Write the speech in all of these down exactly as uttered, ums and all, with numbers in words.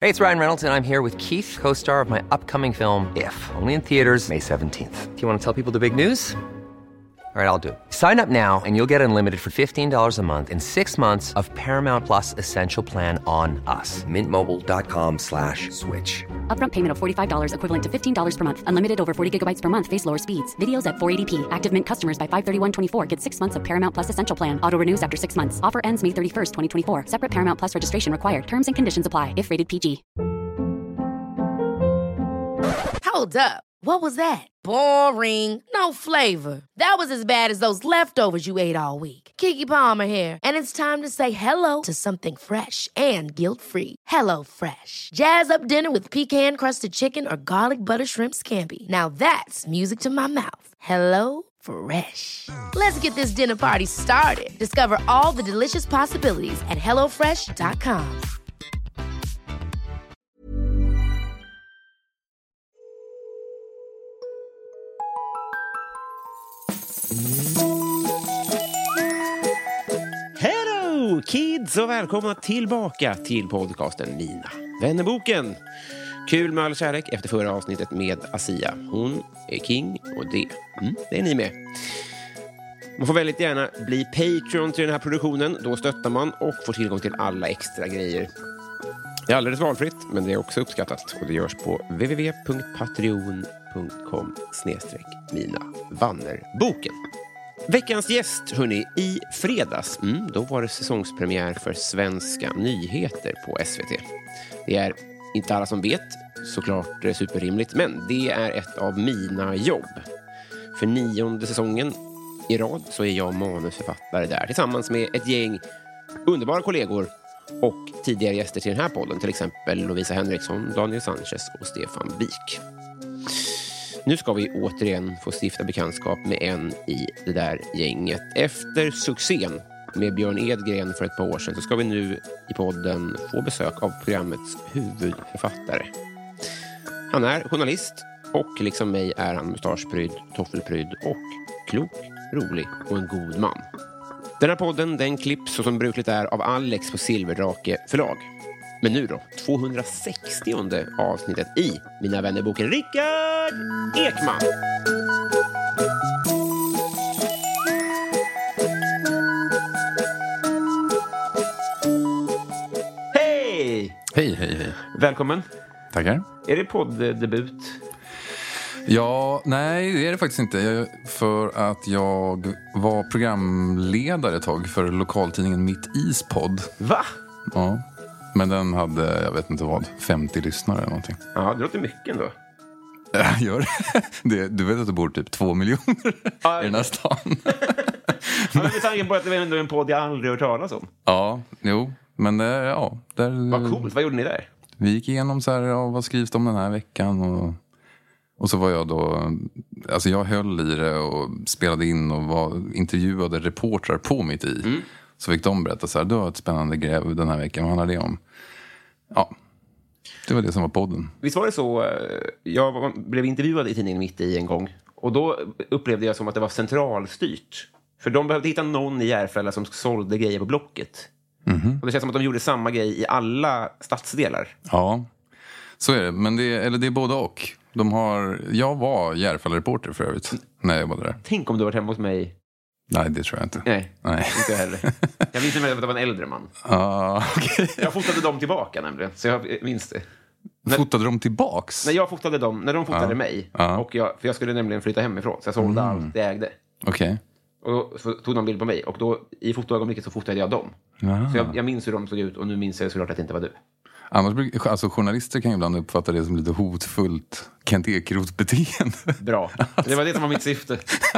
Hey, it's Ryan Reynolds, and I'm here with Keith, co-star of my upcoming film, If, only in theaters May seventeenth. Do you want to tell people the big news? All right, I'll do it. Sign up now and you'll get unlimited for fifteen dollars a month and six months of Paramount Plus Essential Plan on us. Mint Mobile dot com slash switch. Upfront payment of forty-five dollars equivalent to fifteen dollars per month. Unlimited over forty gigabytes per month. Face lower speeds. Videos at four eighty p. Active Mint customers by five thirty-one twenty-four get six months of Paramount Plus Essential Plan. Auto renews after six months. Offer ends May thirty-first, twenty twenty-four. Separate Paramount Plus registration required. Terms and conditions apply if rated P G. Hold up. What was that? Boring. No flavor. That was as bad as those leftovers you ate all week. Keke Palmer here, and it's time to say hello to something fresh and guilt-free. Hello Fresh. Jazz up dinner with pecan-crusted chicken or garlic butter shrimp scampi. Now that's music to my mouth. Hello Fresh. Let's get this dinner party started. Discover all the delicious possibilities at hello fresh dot com. Hello kids och välkomna tillbaka till podcasten Mina vännerboken. Kul med all kärlek efter förra avsnittet med Asia. Hon är king och det, mm, det är ni med. Man får väldigt gärna bli Patreon till den här produktionen. Då stöttar man och får tillgång till alla extra grejer. Det är alldeles valfritt, men det är också uppskattat. Och det görs på w w w punkt patreon punkt com snedstreck mina vannerboken. Veckans gäst, hörni, i fredags, mm, då var det säsongspremiär för Svenska nyheter på S V T. Det är inte alla som vet, såklart superrimligt, men det är ett av mina jobb. För nionde säsongen i rad så är jag manusförfattare där tillsammans med ett gäng underbara kollegor och tidigare gäster till den här podden, till exempel Lovisa Henriksson, Daniel Sanchez och Stefan Wik. Nu ska vi återigen få stifta bekantskap med en i det där gänget. Efter succén med Björn Edgren för ett par år sedan så ska vi nu i podden få besök av programmets huvudförfattare. Han är journalist och liksom mig är han mustaschpryd, toffelpryd och klok, rolig och en god man. Den här podden, den klipps så som brukligt är av Alex på Silverdrake förlag. Men nu då, tvåhundrasextionde avsnittet i Mina vännerboken, Rickard Ekman. Hej! Hej, hej, hej. Välkommen. Tackar. Är det podddebut? Ja, nej det är det faktiskt inte. Jag, för att jag var programledare ett tag för lokaltidningen Mitt Ispodd. Va? Ja. Men den hade, jag vet inte vad, femtio lyssnare eller någonting. Ja, det låter mycket ändå. Ja, gör det. Du vet att det bor typ två miljoner ja, i den här stan. Ja, med tanken på att det var ändå en podd jag aldrig hört talas om. Ja, jo. Men det, ja. Där, vad coolt, vad gjorde ni där? Vi gick igenom så här, ja, vad skrivs det om den här veckan och... Och så var jag då, alltså jag höll i det och spelade in och var, intervjuade reportrar på Mitt i. Mm. Så fick de berätta så här, du har ett spännande gräv den här veckan, vad handlar det om? Ja, det var det som var podden. Visst var det så, jag blev intervjuad i tidningen Mitt i en gång. Och då upplevde jag som att det var centralstyrt. För de behövde hitta någon i Järfälla som sålde grejer på Blocket. Mm-hmm. Och det känns som att de gjorde samma grej i alla stadsdelar. Ja, så är det. Men det, eller det är både och. De har, jag var Järfälla-reporter för övrigt när jag var där. Tänk om du var hemma hos mig. Nej, det tror jag inte. Nej, Nej. Inte heller. Jag minns att det var en äldre man. Ah, okay. Jag fotade dem tillbaka nämligen, så jag minns det. När, fotade de tillbaks? När jag fotade dem, när de fotade ah. mig. Ah. Och jag, för jag skulle nämligen flytta hemifrån, så jag sålde mm. allt jag ägde. Okej. Okay. Och då så tog de en bild på mig, och då i fotoögonblicket så fotade jag dem. Ah. Så jag, jag minns hur de såg ut, och nu minns jag såklart att det inte var du. Annars, alltså journalister kan ju ibland uppfatta det som lite hotfullt Kent Ekeroth-beteende. Bra, det var det som var mitt syfte.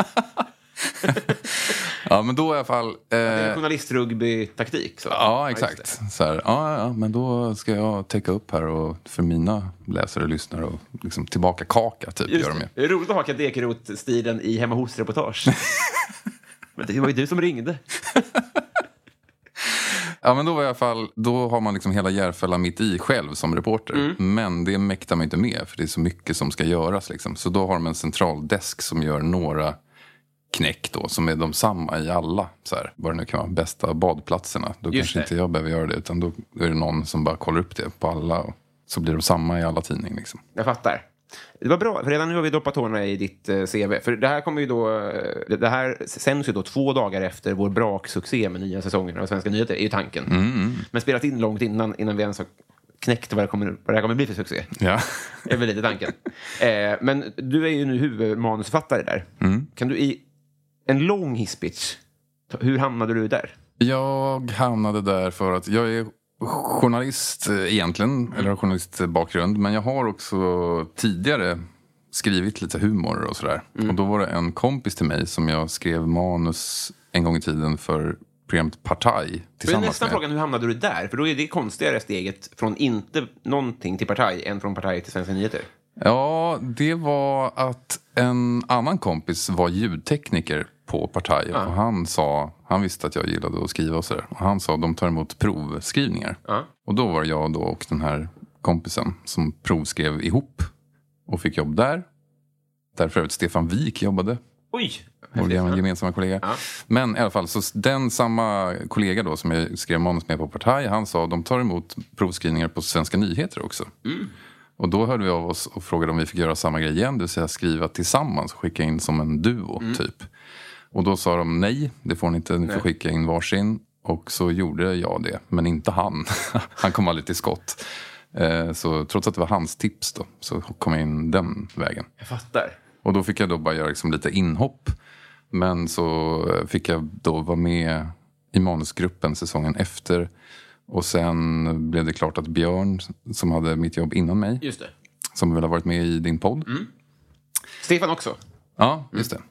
Ja, men då i alla fall... Eh, det är en journalistrugby-taktik. Så. Ja, exakt. Så här, ja, ja, men då ska jag täcka upp här och för mina läsare och lyssnare och liksom tillbaka kaka, typ. Just gör de det. Det är roligt att ha Kent Ekeroth-stilen i hemma hos-reportage. Men det var ju du som ringde. Ja, men då var i alla fall, då har man liksom hela Järfälla Mitt i själv som reporter. Mm. Men det mäktar man inte med, för det är så mycket som ska göras liksom. Så då har de en central desk som gör några knäck då, som är de samma i alla, så här, vad det nu kan vara, bästa badplatserna. Då Just kanske det. inte jag behöver göra det, utan då är det någon som bara kollar upp det på alla. Och... så blir de samma i alla tidningar. Liksom. Jag fattar. Det var bra, för redan nu har vi doppat tårna i ditt eh, C V. För det här kommer ju då, eh, det här sänds ju då två dagar efter vår braksuccé med nya säsongerna av Svenska Nyheter, är ju tanken. Mm, mm. Men spelat in långt innan, innan vi ens har knäckt vad det kommer, vad det här kommer bli för succé. Ja. Det är väl lite tanken. Eh, men du är ju nu huvudmanusförfattare där. Mm. Kan du i en lång hisspitch, hur hamnade du där? Jag hamnade där för att jag är journalist egentligen, eller har journalistbakgrund, men jag har också tidigare skrivit lite humor och sådär. Mm. Och då var det en kompis till mig som jag skrev manus en gång i tiden för programmet Partaj tillsammans med. Nästa frågan, hur hamnade du där? För då är det konstigare steget från inte någonting till Partaj än från Partaj till Svenska Nyheter. Ja, det var att en annan kompis var ljudtekniker på Partaj. Ah. Och han sa, han visste att jag gillade att skriva och sådär. Och han sa, de tar emot provskrivningar. Ah. Och då var jag då och den här kompisen som provskrev ihop. Och fick jobb där. Där för övrigt Stefan Wik jobbade. Oj! Vår gemensamma kollega. Ah. Men i alla fall, så den samma kollega då som jag skrev manus med på Partaj. Han sa, de tar emot provskrivningar på Svenska Nyheter också. Mm. Och då hörde vi av oss och frågade om vi fick göra samma grej igen. Det vill säga skriva tillsammans och skicka in som en duo mm. typ. Och då sa de nej, det får ni inte, ni får skicka in varsin. Och så gjorde jag det, men inte han. Han kom aldrig till skott. Eh, så trots att det var hans tips då, så kom jag in den vägen. Jag fattar. Och då fick jag då bara göra liksom lite inhopp. Men så fick jag då vara med i manusgruppen säsongen efter. Och sen blev det klart att Björn, som hade mitt jobb innan mig. Just det. Som väl har varit med i din podd. Mm. Stefan också. Ja, just det.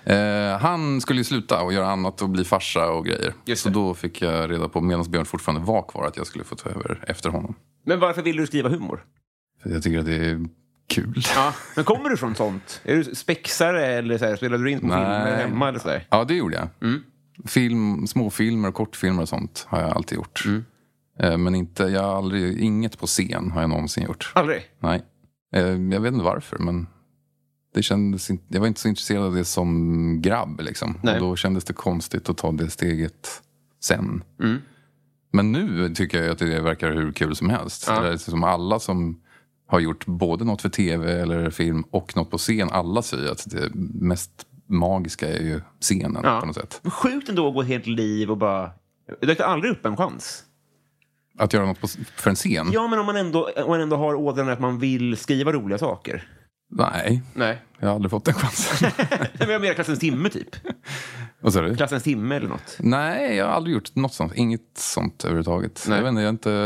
Eh, han skulle ju sluta och göra annat och bli farsa och grejer. Så då fick jag reda på, medan Björn fortfarande var kvar, att jag skulle få ta över efter honom. Men varför vill du skriva humor? För jag tycker att det är kul. Ja, men kommer du från sånt? Är du spexare eller så här, spelade du in på Nej. filmer hemma eller så där? Ja, det gjorde jag. Mm. Film, småfilmer och kortfilmer och sånt har jag alltid gjort. Mm. Eh, men inte, jag har aldrig, inget på scen har jag någonsin gjort. Aldrig? Nej. Eh, jag vet inte varför, men det kändes inte, jag var inte så intresserad av det som grabb liksom. Och då kändes det konstigt att ta det steget sen. Mm. Men nu tycker jag att det verkar hur kul som helst. Ja. Det är som alla som har gjort både något för tv eller film och något på scen, alla säger att det mest magiska är ju scenen ja. På något sätt. Sjukt ändå att gå helt liv och bara, det dök aldrig upp en chans. Att göra något på, för en scen? Ja, men om man ändå, om man ändå har ådran att man vill skriva roliga saker. Nej, Nej. Jag har aldrig fått den chansen. Men jag menar klassens timme typ. Vad sa du? Klassens timme eller något. Nej, jag har aldrig gjort något sånt. Inget sånt överhuvudtaget. Nej. Jag vet inte, jag är inte,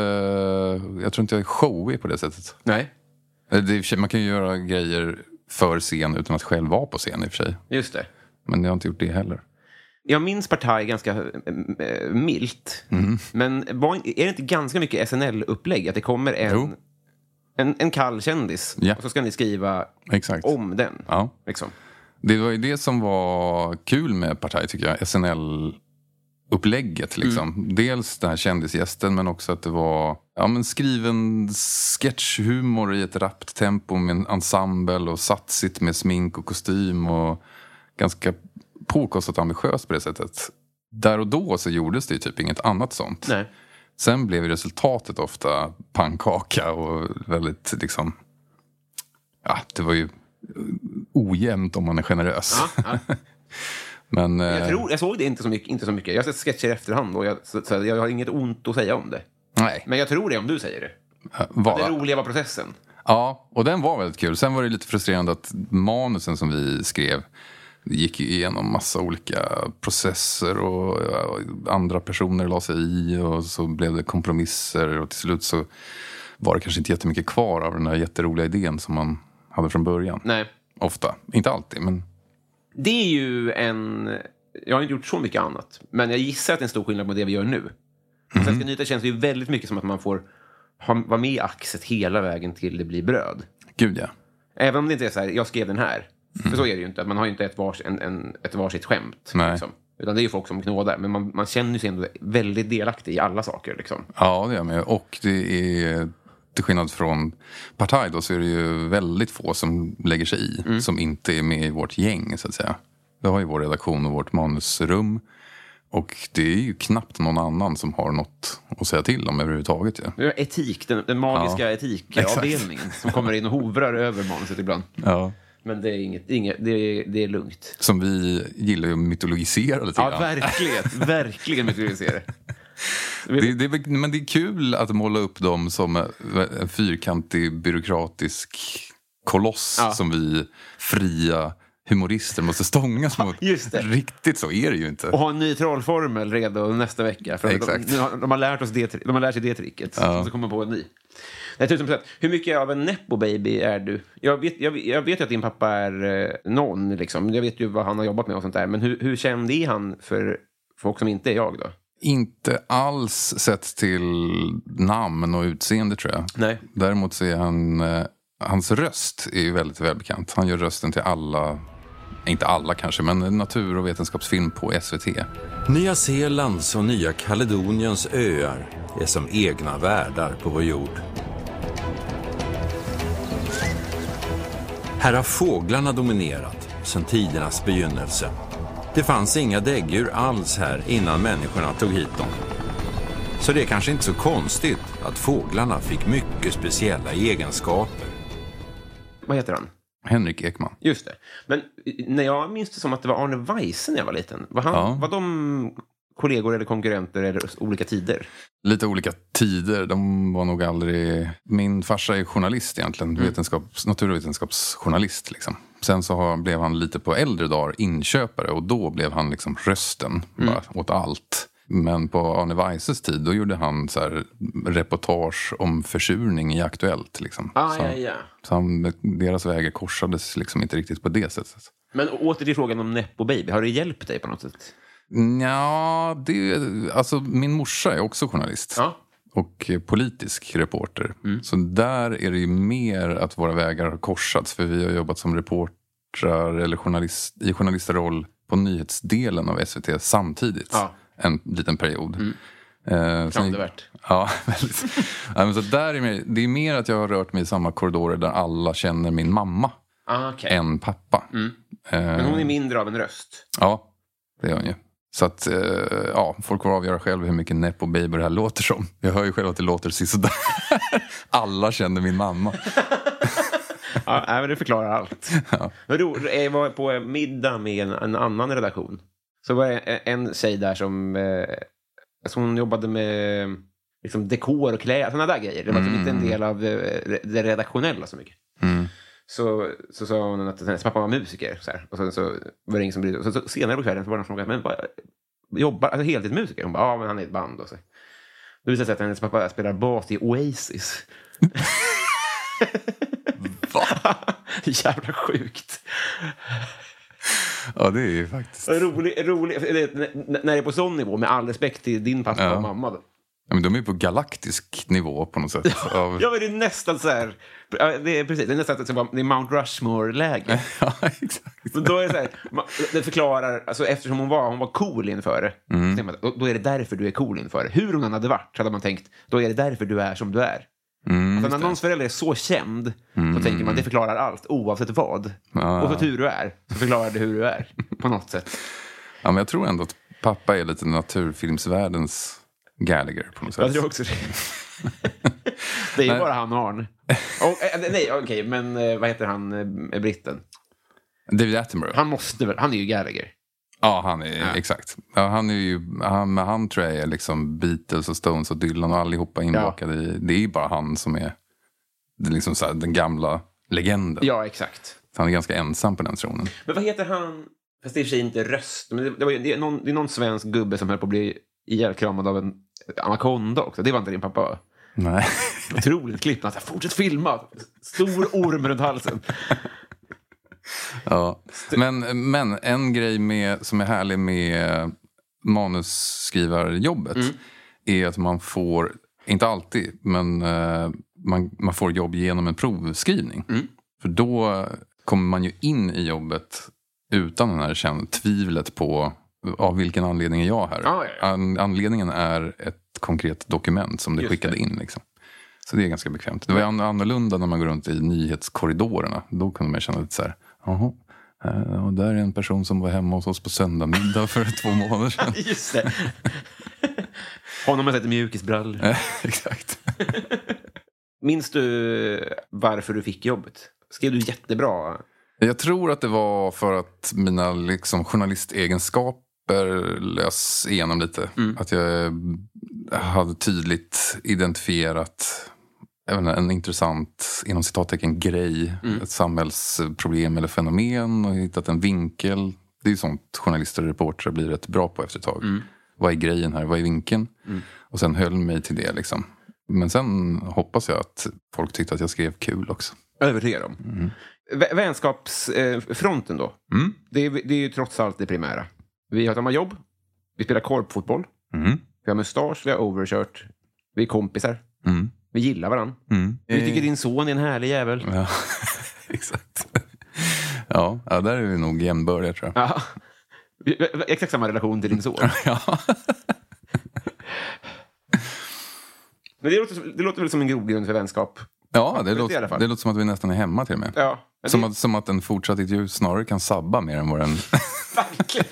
jag tror inte jag är showig på det sättet. Nej. Det, man kan ju göra grejer för scen utan att själv vara på scen i och för sig. Just det. Men jag har inte gjort det heller. Jag minns Partaj ganska äh, milt. Mm. Men var, är det inte ganska mycket S N L-upplägg? Att det kommer en, en, en kall kändis. Ja. Och så ska ni skriva Exakt. Om den. Ja. Liksom. Det var ju det som var kul med Partaj tycker jag. S N L-upplägget liksom. Mm. Dels den här kändisgästen, men också att det var ja, men skriven sketchhumor i ett rappt tempo med en ensemble och satsigt med smink och kostym och ganska påkostat ambitiöst på det sättet. Där och då så gjordes det ju typ inget annat sånt. Nej. Sen blev resultatet ofta pannkaka och väldigt liksom, ja, det var ju ojämnt om man är generös. Ja, ja. Men jag, tror, jag såg det inte så mycket, inte så mycket. Jag har sett sketcher i efterhand och jag, så, så jag har inget ont att säga om det. Nej. Men jag tror det om du säger det. Var, det roliga var processen. Ja, och den var väldigt kul. Sen var det lite frustrerande att manusen som vi skrev gick igenom massa olika processer och andra personer la sig i och så blev det kompromisser och till slut så var det kanske inte jättemycket kvar av den här jätteroliga idén som man hade från början. Nej. Ofta. Inte alltid, men... Det är ju en... Jag har inte gjort så mycket annat, men jag gissar att det är en stor skillnad på det vi gör nu. Mm-hmm. Svenska Nyheter känns det ju väldigt mycket som att man får ha, vara med i axet hela vägen till det blir bröd. Gud, ja. Även om det inte är så här, jag skrev den här. Mm. För så är det ju inte. Man har ju inte ett, vars, en, en, ett varsitt skämt. Liksom. Utan det är ju folk som knådar. Men man, man känner sig ändå väldigt delaktig i alla saker. Liksom. Ja, det gör man. Och det är, till skillnad från Partaj då, så är det ju väldigt få som lägger sig i. Mm. Som inte är med i vårt gäng, så att säga. Vi har ju vår redaktion och vårt manusrum. Och det är ju knappt någon annan som har något att säga till om överhuvudtaget. Ja. Det är etik, den, den magiska Ja, etikavdelningen som kommer in och hovrar över manuset ibland. Ja. Men det är inget, inget det, är, det är lugnt. Som vi gillar ju att mytologisera lite Ja, grann. verkligen. Verkligen mytologisera. Det, det är, men det är kul att måla upp dem som en fyrkantig byråkratisk koloss Ja. som vi fria humorister måste stångas mot. just det. Riktigt så är det ju inte. Och ha en ny trollformel redo nästa vecka. För Exakt. De, de, de, har lärt oss det, de har lärt sig det tricket. Ja. Så kommer på en ny. Nej, tusen procent. Hur mycket av en nepo baby är du? Jag vet, jag, jag vet ju att din pappa är eh, någon. Liksom. Jag vet ju vad han har jobbat med och sånt där. Men hur, hur känd är han för folk som inte är jag då? Inte alls sett till namn och utseende tror jag. Nej. Däremot så är han, eh, hans röst är ju väldigt välbekant. Han gör rösten till alla, inte alla kanske, men natur- och vetenskapsfilm på S V T. Nya Zeelands och Nya Kaledoniens öar är som egna världar på vår jord. Här har fåglarna dominerat sedan tidernas begynnelse. Det fanns inga däggdjur alls här innan människorna tog hit dem. Så det är kanske inte så konstigt att fåglarna fick mycket speciella egenskaper. Vad heter han? Henrik Ekman. Just det. Men när jag minns det som att det var Arne Weise när jag var liten. Var, han, Ja. var de kollegor eller konkurrenter eller olika tider? Lite olika tider, de var nog aldrig... Min farsa är journalist egentligen, Mm. vetenskaps, naturvetenskapsjournalist liksom. Sen så har, blev han lite på äldre dagar inköpare och då blev han liksom rösten Mm. bara, åt allt. Men på Arne Weises tid, då gjorde han så här reportage om försurning i Aktuellt liksom. Ah, så, ja, ja. så han, deras vägar korsades liksom inte riktigt på det sättet. Men åter till frågan om nepo baby. Har det hjälpt dig på något sätt? Ja, det, alltså min morsa är också journalist. Ja. Och politisk reporter. Mm. Så där är det ju mer att våra vägar har korsats. För vi har jobbat som reportrar eller journalist, i journalisterroll på nyhetsdelen av S V T samtidigt. Ja. En liten period. Mm. Eh, sen- Klandervärt. Ja, väldigt. Ja, men så där är mer, det är mer att jag har rört mig i samma korridorer där alla känner min mamma Ah, okay. än pappa. Mm. Eh, Men hon är mindre av en röst. Ja, det är hon ju. Så att, eh, ja, folk får avgöra själv hur mycket nepo baby det här låter som. Jag hör ju själv att det låter sådär. Alla känner min mamma. Ja, nej, men det förklarar allt. Ja. Ro- Jag var på middag med en, en annan redaktion. Så var det en tjej där som, eh, alltså hon jobbade med liksom dekor och kläder, sådana där grejer. Det var mm. inte en del av det, det redaktionella så mycket. Mm. Så, så sa hon att hennes pappa var musiker. Så här. Och så, så var det ingen som brydde sig. Så, så senare på kvällen så var det någon som frågade, men vad, jobbar, alltså heltidsmusiker? Hon bara, ja men han är ett band. Och så. Då visade det sig att hennes pappa spelar bas i Oasis. Va? Jävla sjukt. Ja, det är ju faktiskt... Rolig, rolig, det, när det är på sån nivå, med all respekt till din pappa Ja. och mamma då. Ja, men de är på galaktisk nivå på något sätt. Av... Ja, men det är nästan så här. Ja, det är precis, det är nästan att det är- det är Mount Rushmore-läge. Ja, exakt. Men då är det så här, ma- det förklarar, alltså eftersom hon var, hon var cool inför det, Mm. så tänker man, då, då är det därför du är cool inför det. Hur hon än hade varit, så hade man tänkt, då är det därför du är som du är. Mm, Alltså, just när det. någons förälder är så känd, så tänker man, det förklarar allt, oavsett vad. Ja. Och så hur du är, så förklarar det hur du är, på något sätt. Ja, men jag tror ändå att pappa är lite naturfilmsvärldens Gallagher på något sätt. Jag tror också det. Det är ju Nej. bara han och Arne. Och, eh, nej, okej, men eh, vad heter han, eh, britten? David Attenborough. Han måste väl, han är ju Gallagher. Ja, han är, Ja. exakt. Ja, han är ju, han, men han tror jag är liksom Beatles och Stones och Dylan och allihopa inbakade i. Det är ju bara han som är, det är liksom så här, den gamla legenden. Ja, exakt. Så han är ganska ensam på den tronen. Men vad heter han, fast det är i och för sig inte röst, men det, det, var, ju- det, är någon, det är någon svensk gubbe som höll på att bli ihjälkramad av en anakonda också. Det var inte din pappa, va? Nej. Otroligt klipp. Alltså, fortsätt filma. Stor orm runt halsen. Ja. Men, men en grej med, som är härlig med manusskrivarjobbet Mm. är att man får, inte alltid, men eh, man, man får jobb genom en provskrivning. Mm. För då kommer man ju in i jobbet utan den här känn- tvivlet på av vilken anledning är jag här. Ja, ja, ja. An, anledningen är ett konkret dokument som du Just skickade det. in. Liksom. Så det är ganska bekvämt. Det var ju an- annorlunda när man går runt i nyhetskorridorerna. Då kunde man känna lite så här, jaha, Uh, och där är en person som var hemma hos oss på söndag middag för två månader sedan. Just det. Honom har sett mjukisbrall. Exakt. Minns du varför du fick jobbet? Skrev du jättebra? Jag tror att det var för att mina liksom, journalistegenskaper lös igenom lite. Mm. Att jag hade tydligt identifierat även en intressant, inom citattecken, grej. Mm. Ett samhällsproblem eller fenomen och hittat en vinkel. Det är ju sånt journalister och reportrar blir rätt bra på efter ett tag. Mm. Vad är grejen här? Vad är vinkeln? Mm. Och sen höll mig till det liksom. Men sen hoppas jag att folk tyckte att jag skrev kul också. Övertygad om. Mm. V- vänskapsfronten då. Mm. Det, är, det är ju trots allt det primära. Vi har samma jobb. Vi spelar korpfotboll. Mm. Vi har mustasch, vi har overshirt. Vi är kompisar. Mm. Vi gillar varann. Mm. Vi tycker din son är en härlig jävel. Ja, exakt. Ja, ja, där är vi nog jämnbördiga tror jag. Ja. Exakt samma relation till din son. Ja. Men det låter, det låter väl som en grogrund för vänskap? Ja, det låter, det låter som att vi nästan är hemma till och med. Ja, det... som, att, som att en fortsatt intervju snarare kan sabba mer än vad den... Verkligen.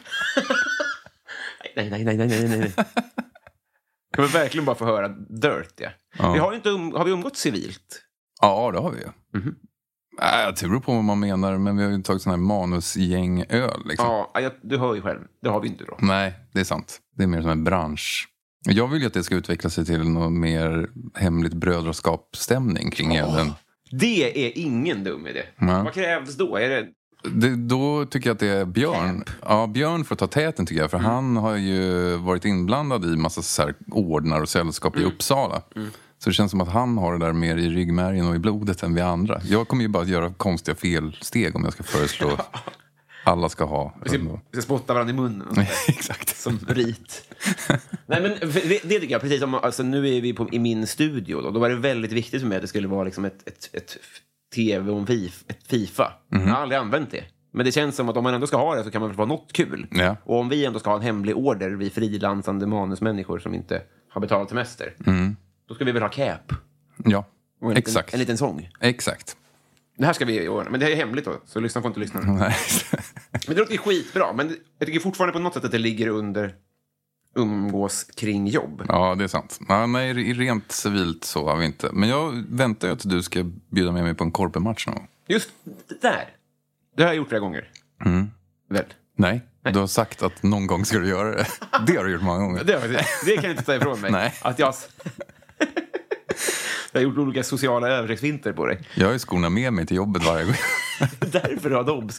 nej, nej, nej, nej, nej, nej. Kan vi verkligen bara få höra dirt, ja. Ja. Vi har, inte um, har vi umgått civilt? Ja, det har vi ju. Mm-hmm. Äh, jag tror på vad man menar, men vi har ju tagit sån här manusgäng öl. Liksom. Ja, jag, du hör ju själv. Det har vi inte då. Nej, det är sant. Det är mer som en bransch. Jag vill ju att det ska utveckla sig till något mer hemligt brödraskapsstämning kring oh, den. Det är ingen dum idé. Mm. Vad krävs då? Är det... Det, då tycker jag att det är Björn. Camp. Ja, Björn får ta täten tycker jag. För mm. han har ju varit inblandad i massa så här ordnar och sällskap mm. i Uppsala. Mm. Så det känns som att han har det där mer i ryggmärgen och i blodet än vi andra. Jag kommer ju bara att göra konstiga felsteg om jag ska föreslå... Alla ska ha. Vi ska, vi ska spotta varandra i munnen. Och exakt. Som rit. Nej, men det, det tycker jag. Precis som, alltså, nu är vi på, i min studio. Då, då var det väldigt viktigt för mig att det skulle vara liksom ett, ett, ett tv och fif, ett FIFA. Mm. Jag har aldrig använt det. Men det känns som att om man ändå ska ha det så kan man väl vara något kul. Ja. Och om vi ändå ska ha en hemlig order, vi frilansande manusmänniskor som inte har betalat semester. Mm. Då ska vi väl ha cap. Ja, och en exakt. Liten, en liten sång. Exakt. Det här ska vi ordna. Men det är hemligt då, så lyssna får inte lyssna. Nej. Men det låter skitbra. Men jag tycker fortfarande på något sätt att det ligger under umgås kring jobb. Ja, det är sant. Ja, nej, rent civilt så har vi inte. Men jag väntar ju att du ska bjuda med mig på en korpematch någon. Just det där. Det har jag gjort flera gånger. Mm. Väl? Nej, nej, du har sagt att någon gång ska du göra det. Det har du gjort många gånger. Det, det, det kan jag inte ta ifrån mig. Nej. Att jag... Jag har gjort olika sociala översiktsvinter på dig. Jag har ju skorna med mig till jobbet varje gång. Därför har Dobbs.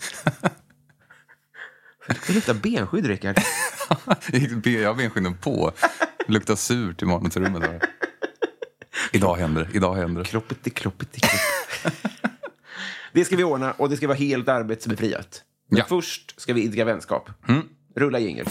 Det luktar benskydd, Rickard. Jag har benskydden på. Det luktar surt i manusrummet. Idag händer det. Idag händer det. Kroppet i kroppet i kroppet. Det ska vi ordna och det ska vara helt arbetsbefriat. Men ja. Först ska vi idka vänskap. Mm. Rulla jingel.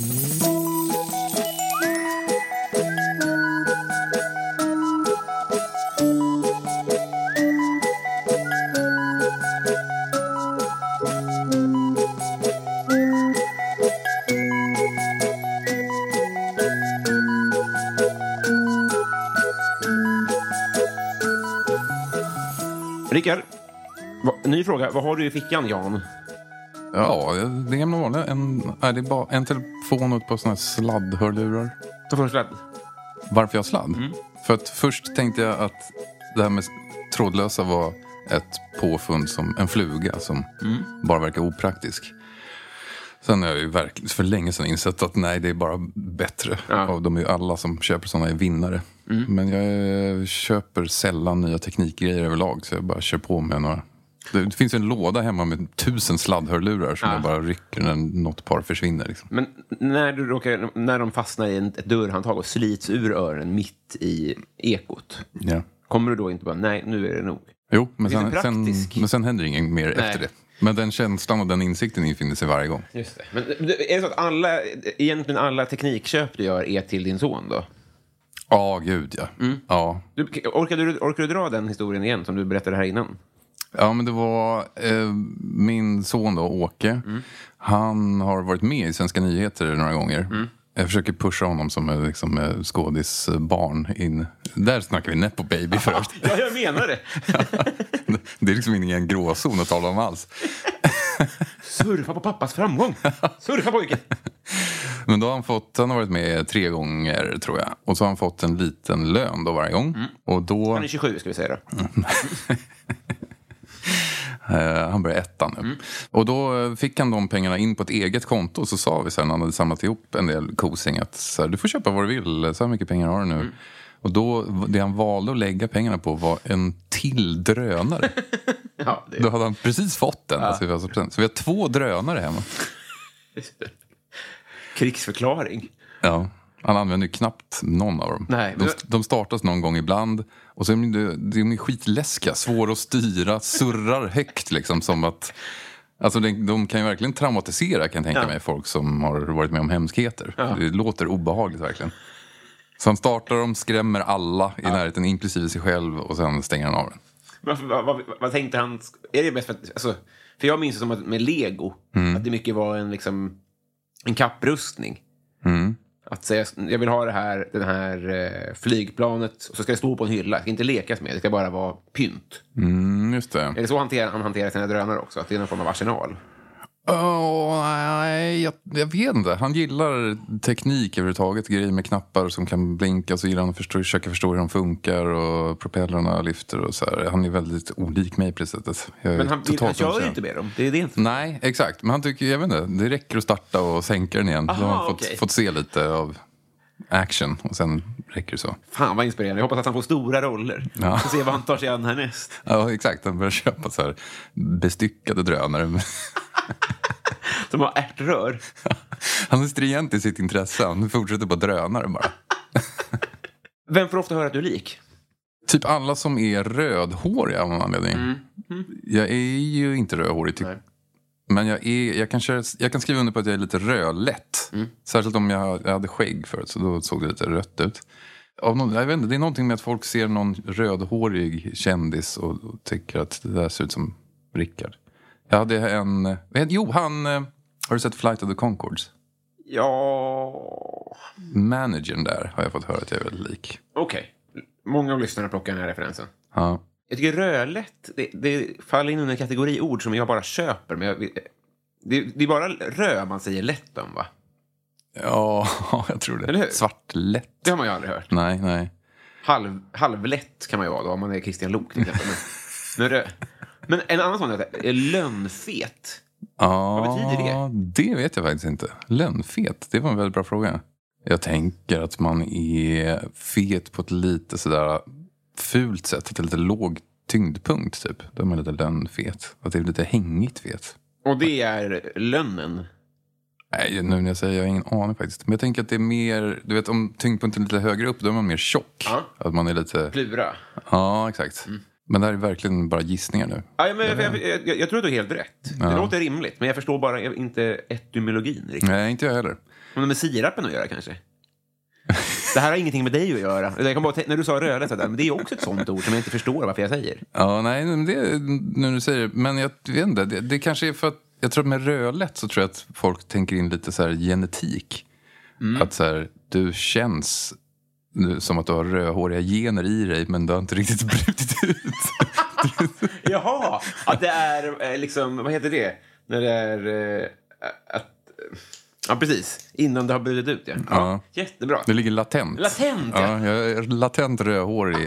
Rickard, ny fråga. Vad har du i fickan, Jan? Ja, det är en vanlig. En, är det bara en telefon och ett par sådana här sladdhörlurar. Ta för en sladd. Varför jag sladd? Mm. För att först tänkte jag att det här med trådlösa var ett påfund som en fluga som mm. bara verkar opraktisk. Sen har jag ju verkligen för länge sedan insett att nej, det är bara bättre. Ja. Och de är ju alla som köper sådana är vinnare. Mm. Men jag köper sällan nya teknikgrejer överlag, så jag bara kör på med några. Det, det finns en låda hemma med tusen sladdhörlurar som ja. Jag bara rycker när något par försvinner. Liksom. Men när, du råkar, när de fastnar i ett dörrhandtag och slits ur öronen mitt i ekot, ja. Kommer du då inte bara, nej, nu är det nog? Jo, men sen, sen, men sen händer inget mer nej. Efter det. Men den känslan och den insikten infinner sig varje gång. Just det. Men är det så att alla, egentligen alla teknikköp du gör är till din son då? Ja, gud ja. Mm. Ja. Du, orkar, du, orkar du dra den historien igen som du berättade här innan? Ja, men det var eh, min son då, Åke. Mm. Han har varit med i Svenska nyheter några gånger. Mm. Jag försöker pusha honom som liksom, skådisbarn in. Där snackar vi Nepo Baby först. Ja, jag menar det. Det är liksom ingen gråzon att tala om alls. Surfa på pappas framgång. Surfa pojken. Men då har han fått, han har varit med tre gånger tror jag. Och så har han fått en liten lön då varje gång. Mm. Och då... Han är tjugosju ska vi säga då. uh, han börjar ettan nu. Mm. Och då fick han de pengarna in på ett eget konto. Och så sa vi så här, när han hade samlat ihop en del kosing, att så här, du får köpa vad du vill. Så här mycket pengar har du nu. Mm. Och då, det han valde att lägga pengarna på var en till drönare. Ja, det... Då hade han precis fått den. Ja. Alltså, så vi har två drönare hemma. Krigsförklaring. Ja, han använder ju knappt någon av dem. Nej, men... de, de startas någon gång ibland. Och så är de, de är skitläskiga, svåra att styra, surrar högt liksom, som att... Alltså de, de kan ju verkligen traumatisera, kan jag tänka ja. mig, folk som har varit med om hemskheter. Ja. Det låter obehagligt verkligen. Så han startar dem, skrämmer alla i ja. närheten, inklusive sig själv, och sen stänger han av den. Vad, vad, vad, vad tänkte han? Är det bäst för att, alltså, för jag minns det som att med Lego, mm. att det mycket var en, liksom, en kapprustning. Mm. Att säga, jag vill ha det här, den här eh, flygplanet, och så ska det stå på en hylla. Det ska inte lekas med, det ska bara vara pynt. Mm, just det. Är det så hanterar, han hanterar sina drönare också? Att det är någon form av arsenal? Oh, nej, jag, jag vet inte. Han gillar teknik överhuvudtaget. Grejer med knappar som kan blinka. Så gillar han att förstå, försöka förstå hur de funkar. Och propellrarna lyfter och så här. Han är väldigt olik mig på det sättet. Men han, han kör ju inte med dem. Det är det inte. Nej, exakt. Men han tycker, jag vet inte, det räcker att starta och sänka den igen. Aha, då har han fått, okay. fått se lite av action. Och sen räcker det så. Fan vad inspirerande. Jag hoppas att han får stora roller. Ja. Så se vad han tar sig an härnäst. Ja, exakt. Han börjar köpa så här bestyckade drönare. Som har ärtrör. Han är stringent i sitt intresse. Han fortsätter på drönare bara. Vem får ofta höra att du är lik? Typ alla som är rödhåriga av någon anledning. Mm. Mm. Jag är ju inte rödhårig typ. Nej. Men jag, är, jag, kan köra, jag kan skriva under på att jag är lite rödlätt. Mm. Särskilt om jag, jag hade skägg förut, så då såg det lite rött ut. Av någon, jag vet inte, det är någonting med att folk ser någon rödhårig kändis och, och tycker att det där ser ut som Rickard. Jag hade en... Jo, han... Har du sett Flight of the Conchords? Ja... Managern där har jag fått höra att jag är väldigt lik. Okej. Okay. Många av lyssnarna plockar den här referensen. Ja. Jag tycker rödlätt, det, det faller in under en kategori ord som jag bara köper. Men jag, det, det är bara röd man säger lätt om, va? Ja, jag tror det. Eller hur? Svartlätt. Det har man ju aldrig hört. Nej, nej. Halv, halvlätt kan man ju vara då, om man är Christian Lok till exempel. Men, röd. Men en annan sån är lönnfet. Ja, vad betyder det? Det vet jag faktiskt inte. Lönnfet, det var en väldigt bra fråga. Jag tänker att man är fet på ett lite sådär fult sätt. Att det är lite låg tyngdpunkt typ. Då är man lite lönnfet. Att det är lite hängigt fet. Och det är lönnen? Nej, nu när jag säger, jag har ingen aning faktiskt. Men jag tänker att det är mer, du vet, om tyngdpunkten är lite högre upp, då är man mer tjock. Ja. Att man är lite... Plura. Ja, exakt. Mm. Men det här är verkligen bara gissningar nu. Ja, men jag, jag, jag, jag tror att du är helt rätt. Ja. Det låter rimligt, men jag förstår bara inte etymologin riktigt. Nej, inte jag heller. Men med sirapen att göra kanske? Det här har ingenting med dig att göra. Jag kan bara t- när du sa rödlätt, men det är också ett sånt ord som jag inte förstår varför jag säger. Ja, nej, det är när du säger. Men jag vet inte, det, det kanske är för att jag tror att med rödlätt så tror jag att folk tänker in lite så här genetik. Mm. Att så här, du känns som att du har rödhåriga gener i dig, men du har inte riktigt brutit ut. Jaha, att det är liksom, vad heter det? När det är äh, att... Ja, precis. Innan det har brutit ut, ja. Ja. Ja. Jättebra. Det ligger latent. Latent, ja. Ja, jag är latent rödhårig.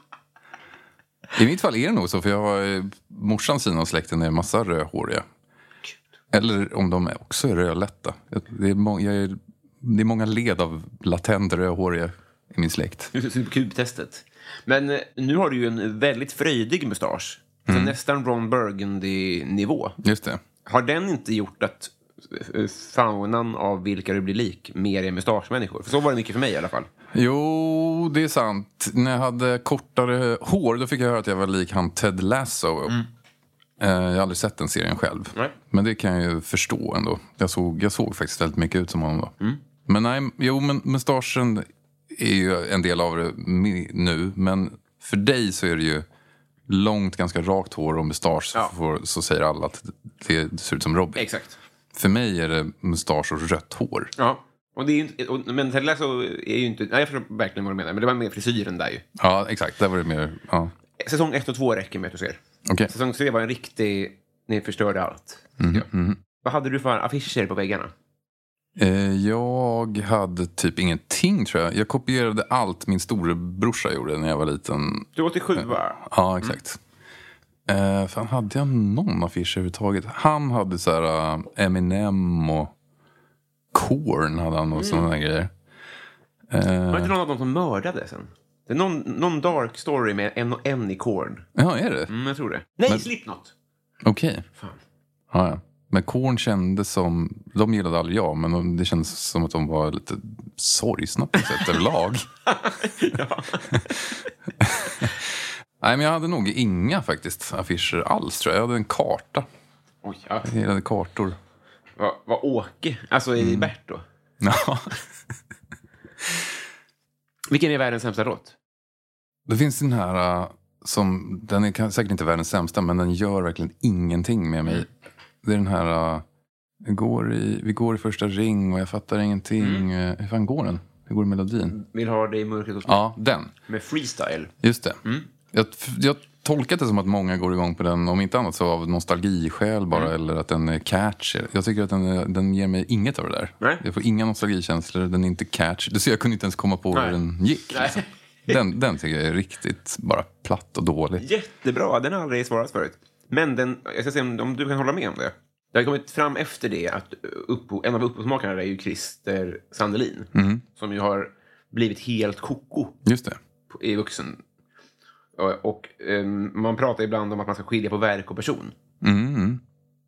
I mitt fall är det nog så, för jag har morsans sida av släkten är en massa rödhåriga. Eller om de också är rödlätta. Det är, må- jag är, det är många led av latent rödhåriga i min släkt. Kubtestet. Men nu har du ju en väldigt fröjdig mustasch. Mm. Så nästan Ron Burgundy-nivå. Just det. Har den inte gjort att faunan av vilka du blir lik mer är mustaschmänniskor? För så var det mycket för mig i alla fall. Jo, det är sant. När jag hade kortare hår, då fick jag höra att jag var lik han Ted Lasso. Mm. Jag har aldrig sett den serien själv. Nej. Men det kan jag ju förstå ändå. Jag såg, jag såg faktiskt väldigt mycket ut som honom då. Mm. Men nej, jo, men mustaschen är ju en del av det nu. Men för dig så är det ju långt, ganska rakt hår och mustasch. Ja. För, så säger alla att det ser ut som Robin. Exakt. För mig är det mustasch och rött hår. Ja, och det är inte, och, men Ted Lasso är ju inte... Nej, jag förstår verkligen vad du menar. Men det var mer frisyren där ju. Ja, exakt. Där var det mer... Ja. Säsong ett och två räcker med att du ser. Okay. Säsong tre var en riktig ni förstörde allt. Mm, mm. Vad hade du för affischer på väggarna? Eh, jag hade typ ingenting, tror jag. Jag kopierade allt min storebrorsa gjorde när jag var liten. Du var åttiosju, va? Ja, exakt. Mm. Eh, fan, hade jag någon affisch överhuvudtaget? Han hade så här uh, Eminem och Korn hade han och mm. sådana där grejer. Eh, var inte någon av dem som mördade sen? Det är någon, någon dark story med en och en i Korn. Ja, är det? Mm, jag tror det. Nej, Men... Slipknot! Okej. Okay. Fan. Ja, ja. Men Korn kändes som... De gillade aldrig jag, men det kändes som att de var lite sorgsna på sätt överlag. Ja. Nej, men jag hade nog inga faktiskt affischer alls, tror jag. Jag hade en karta. Oj, ja. Jag gillade kartor. Vad va, Åke? Alltså i mm. Bert då? Ja. Vilken är världens sämsta låt? Det finns den här uh, som... Den är säkert inte världens sämsta, men den gör verkligen ingenting med mig. Mm. Det är den här... Uh, vi, går i, vi går i första ring och jag fattar ingenting. Mm. Uh, hur fan går den? Hur går melodin? Vill ha det i mörkret och Ja, den. Med freestyle. Just det. Mm. Jag, jag tolkat det som att många går igång på den. Om inte annat så av nostalgiskäl bara. Mm. Eller att den är catchy. Jag tycker att den, den ger mig inget av det där. Nej. Jag får inga nostalgikänslor. Den är inte catchy. Så jag kunde inte ens komma på Nej. hur den gick. Liksom. Den, den tycker jag är riktigt bara platt och dålig. Jättebra. Den har aldrig svarat förut. Men den, jag ska se om, om du kan hålla med om det. Det har kommit fram efter det att uppo, en av upphovsmakarna är ju Christer Sandelin. Mm. Som ju har blivit helt koko. Just det. I vuxen. Och, och um, man pratar ibland om att man ska skilja på verk och person. Mm.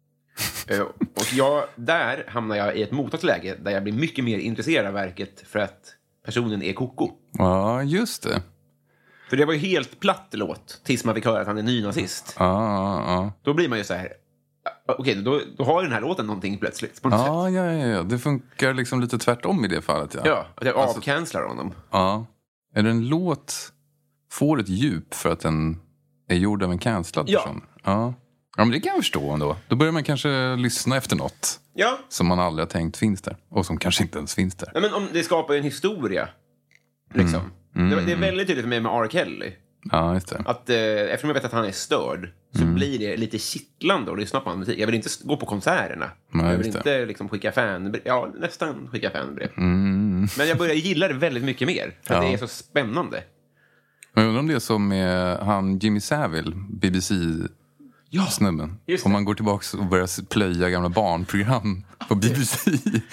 uh, och jag, där hamnar jag i ett motsatt läge där jag blir mycket mer intresserad av verket för att personen är koko. Ja, just det. För det var ju helt platt låt tills man fick höra att han är nynazist. Ja, ja, ja. Då blir man ju så här... Okej, okay, då, då har den här låten någonting plötsligt. På något ja, sätt. ja, ja, ja. Det funkar liksom lite tvärtom i det fallet. Ja, ja och det avcanclar alltså, honom. Ja. Är det en låt får ett djup för att den är gjord av en cancellad person? Ja. Ja. Ja, men det kan jag förstå ändå. Då börjar man kanske lyssna efter något. Ja. Som man aldrig har tänkt finns där. Och som kanske inte ens finns där. Ja, men om det skapar en historia. Liksom. Mm. Mm. Det, det är väldigt tydligt för mig med R. Kelly. Ja, just det. Att, eh, eftersom jag vet att han är störd så mm. blir det lite kittlande att lyssna på hans musik. Jag vill inte gå på konserterna. Nej, jag vill inte liksom, skicka fanbrev. Ja, nästan skicka fanbrev. Mm. Men jag börjar gilla det väldigt mycket mer. För ja. att det är så spännande. Jag undrar om det är som med han Jimmy Savile, B B C-snubben. Ja, om man går tillbaka och börjar plöja gamla barnprogram på B B C.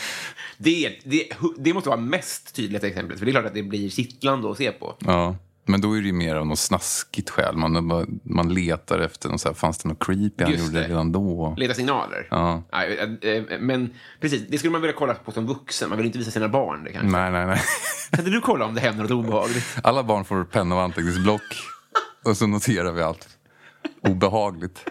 det, det, det måste vara mest tydligt exempel. För det är klart att det blir kittlande att se på. Ja. Men då är det ju mer av något snaskigt skäl. Man, man letar efter något så här, fanns det något creepy han Just gjorde det. redan då? Leta signaler. Ja. Men precis, det skulle man vilja kolla på som vuxen. Man vill inte visa sina barn det kanske. Nej, nej, nej. Kan du kolla om det händer något obehagligt? Alla barn får penna och anteckningsblock. Och så noterar vi allt obehagligt.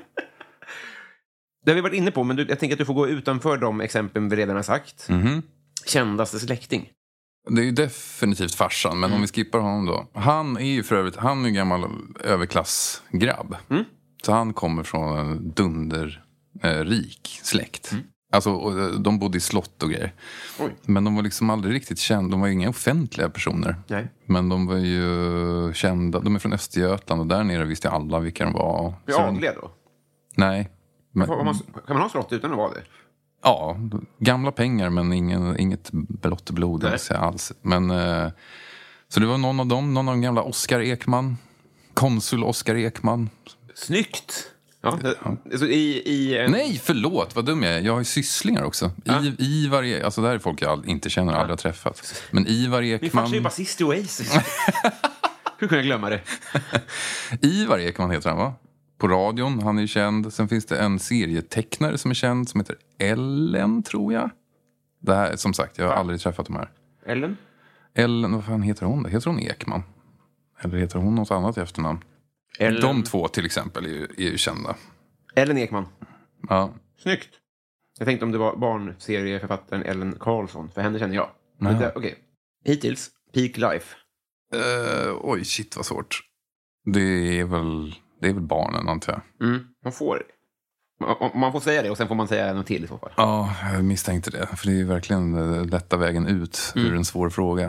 Det har vi varit inne på, men du, jag tänker att du får gå utanför de exemplen vi redan har sagt. Mm-hmm. Kändaste släkting. Det är ju definitivt farsan, men mm. om vi skippar honom då. Han är ju för övrigt, han är en gammal överklassgrabb. Mm. Så han kommer från en dunderrik eh, släkt. Mm. Alltså, de bodde i slott och grejer. Oj. Men de var liksom aldrig riktigt kända. De var ju inga offentliga personer. Nej. Men de var ju kända. De är från Östergötland och där nere visste alla vilka de var. Är adliga då? Nej. Men, kan, man, kan man ha slott utan att vara det? Ja, gamla pengar men ingen, inget blått blod alls. Men, eh, så det var någon av dem, någon av de gamla Oskar Ekman. Konsul Oskar Ekman. Snyggt! Ja, det, alltså i, i en... Nej, förlåt, vad dum jag är. Jag har ju sysslingar också. Ja. I, I varje, alltså det här är folk jag inte känner, ja. aldrig har träffat. Men Ivar Ekman... Min farsa är ju basist i Oasis. Hur kan jag glömma det? Ivar Ekman heter han, va? På radion, han är ju känd. Sen finns det en serietecknare som är känd som heter Ellen, tror jag. Det här, som sagt, jag har ja. aldrig träffat de här. Ellen? Ellen, vad fan heter hon då? Heter hon Ekman? Eller heter hon något annat i efternamn? Ellen. De två till exempel är ju, är ju kända. Ellen Ekman. Ja. Snyggt. Jag tänkte om det var barnserieförfattaren Ellen Karlsson. För henne känner jag. Okej. Okay. Hittills, peak life. Uh, oj, shit vad svårt. Det är väl... Det är väl barnen, antar jag. Mm, man får man får säga det och sen får man säga något till i så fall. Ja, jag misstänkte det. För det är verkligen lätta vägen ut mm. ur en svår fråga.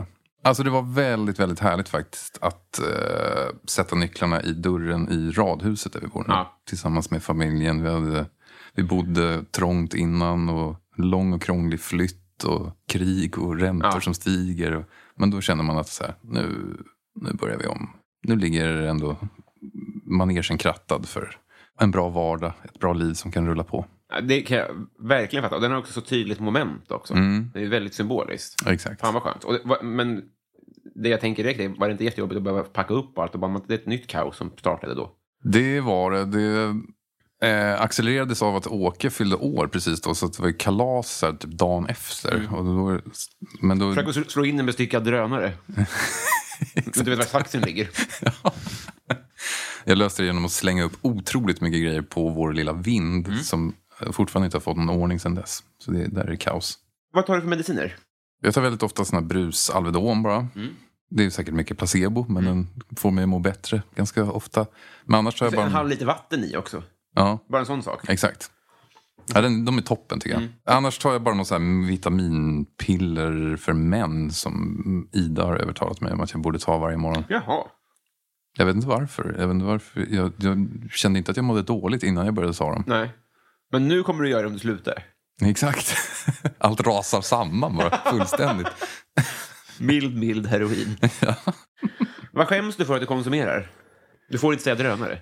Alltså det var väldigt, väldigt härligt faktiskt att uh, sätta nycklarna i dörren i radhuset där vi bor nu. Ja. Tillsammans med familjen. Vi, hade, vi bodde trångt innan och lång och krånglig flytt och krig och räntor ja. som stiger. Och, men då känner man att så här, nu, nu börjar vi om. Nu ligger ändå manegen krattad för en bra vardag, ett bra liv som kan rulla på. Ja, det kan jag verkligen fatta. Och den har också så tydligt moment också. Mm. Det är väldigt symboliskt. Exakt. Fan vad skönt. Och det, men det jag tänker direkt är, var det inte jättejobbigt att behöva packa upp allt och bara, det är ett nytt kaos som startade då? Det var det. Det eh, accelererades av att Åke fyllde år precis då, så att det var kalas här, typ dagen efter. Mm. Och då, men då... Försök att slå in en bestyckad drönare. Men du vet var taxin ligger. Ja. Jag löste det genom att slänga upp otroligt mycket grejer på vår lilla vind mm. som fortfarande inte har fått någon ordning sedan dess. Så det, där är det kaos. Vad tar du för mediciner? Jag tar väldigt ofta såna brus Alvedon bara. Mm. Det är säkert mycket placebo, men mm. den får mig att må bättre ganska ofta. Men annars tar jag bara... En halv liter vatten i också. Ja. Bara en sån sak. Exakt. Ja, den, de är toppen tycker jag. Mm. Annars tar jag bara någon så här vitaminpiller för män som Ida har övertalat mig om att jag borde ta varje morgon. Jaha. Jag vet inte varför. Jag, vet inte varför. Jag, jag kände inte att jag mådde dåligt innan jag började ta dem. Nej. Men nu kommer du göra det om du slutar. Exakt. Allt rasar samman bara. Fullständigt. Mild, mild heroin. Ja. Vad skäms du för att du konsumerar? Du får inte säga drönare.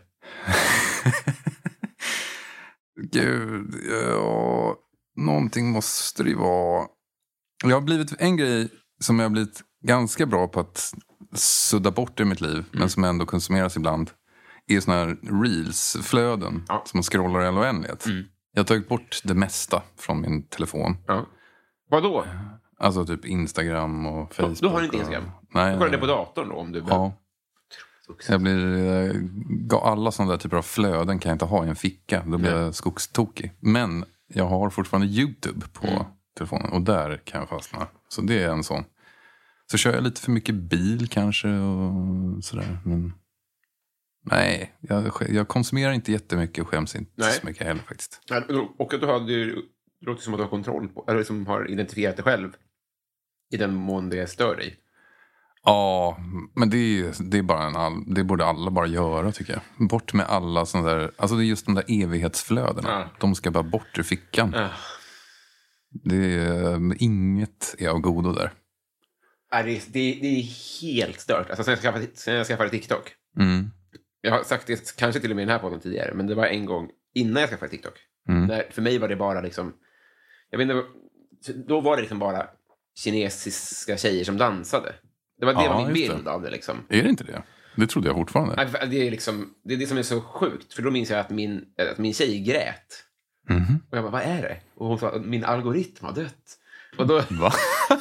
Gud, ja, någonting måste det ju vara. Jag har blivit en grej som jag har blivit ganska bra på att sudda bort i mitt liv, mm. men som ändå konsumeras ibland, är såna här reels-flöden ja. som man scrollar i all oändlighet. Mm. Jag har tagit bort det mesta från min telefon. Ja. Vad då? Alltså typ Instagram och Facebook. Du har inte Instagram? Och... Nej. Du kollar det på datorn då om du behöver. Ja. Jag blir, alla sådana där typer av flöden kan jag inte ha i en ficka. Då blir Nej. jag skogstokig. Men jag har fortfarande YouTube på mm. telefonen. Och där kan jag fastna. Så det är en sån. Så kör jag lite för mycket bil kanske och sådär. Men nej, jag, jag konsumerar inte jättemycket och skäms inte Nej. så mycket heller faktiskt. Och att du har, det låter som att du har kontroll på, eller som har identifierat dig själv i den mån det stör dig. Ja, men det är, det är bara en all, det borde alla bara göra tycker jag. Bort med alla sådana där, alltså det är just de där evighetsflödena. Ja. De ska bara bort ur fickan. Ja. Det är, inget är av godo där. Ja, det, är, det, är, det är helt stört. Alltså sen jag skaffade, sen jag skaffade TikTok. Mm. Jag har sagt det kanske till och med i den här podden tidigare, men det var en gång innan jag skaffade TikTok. Mm. Där, för mig var det bara liksom, jag vet inte, då var det liksom bara kinesiska tjejer som dansade. Det var, det ja, var min bild det. av det liksom. Är det inte det? Det trodde jag fortfarande. Det är liksom, det är det som är så sjukt. För då minns jag att min, att min tjej grät. Mm-hmm. Och jag bara, vad är det? Och hon sa, min algoritm har dött. Och då... Va?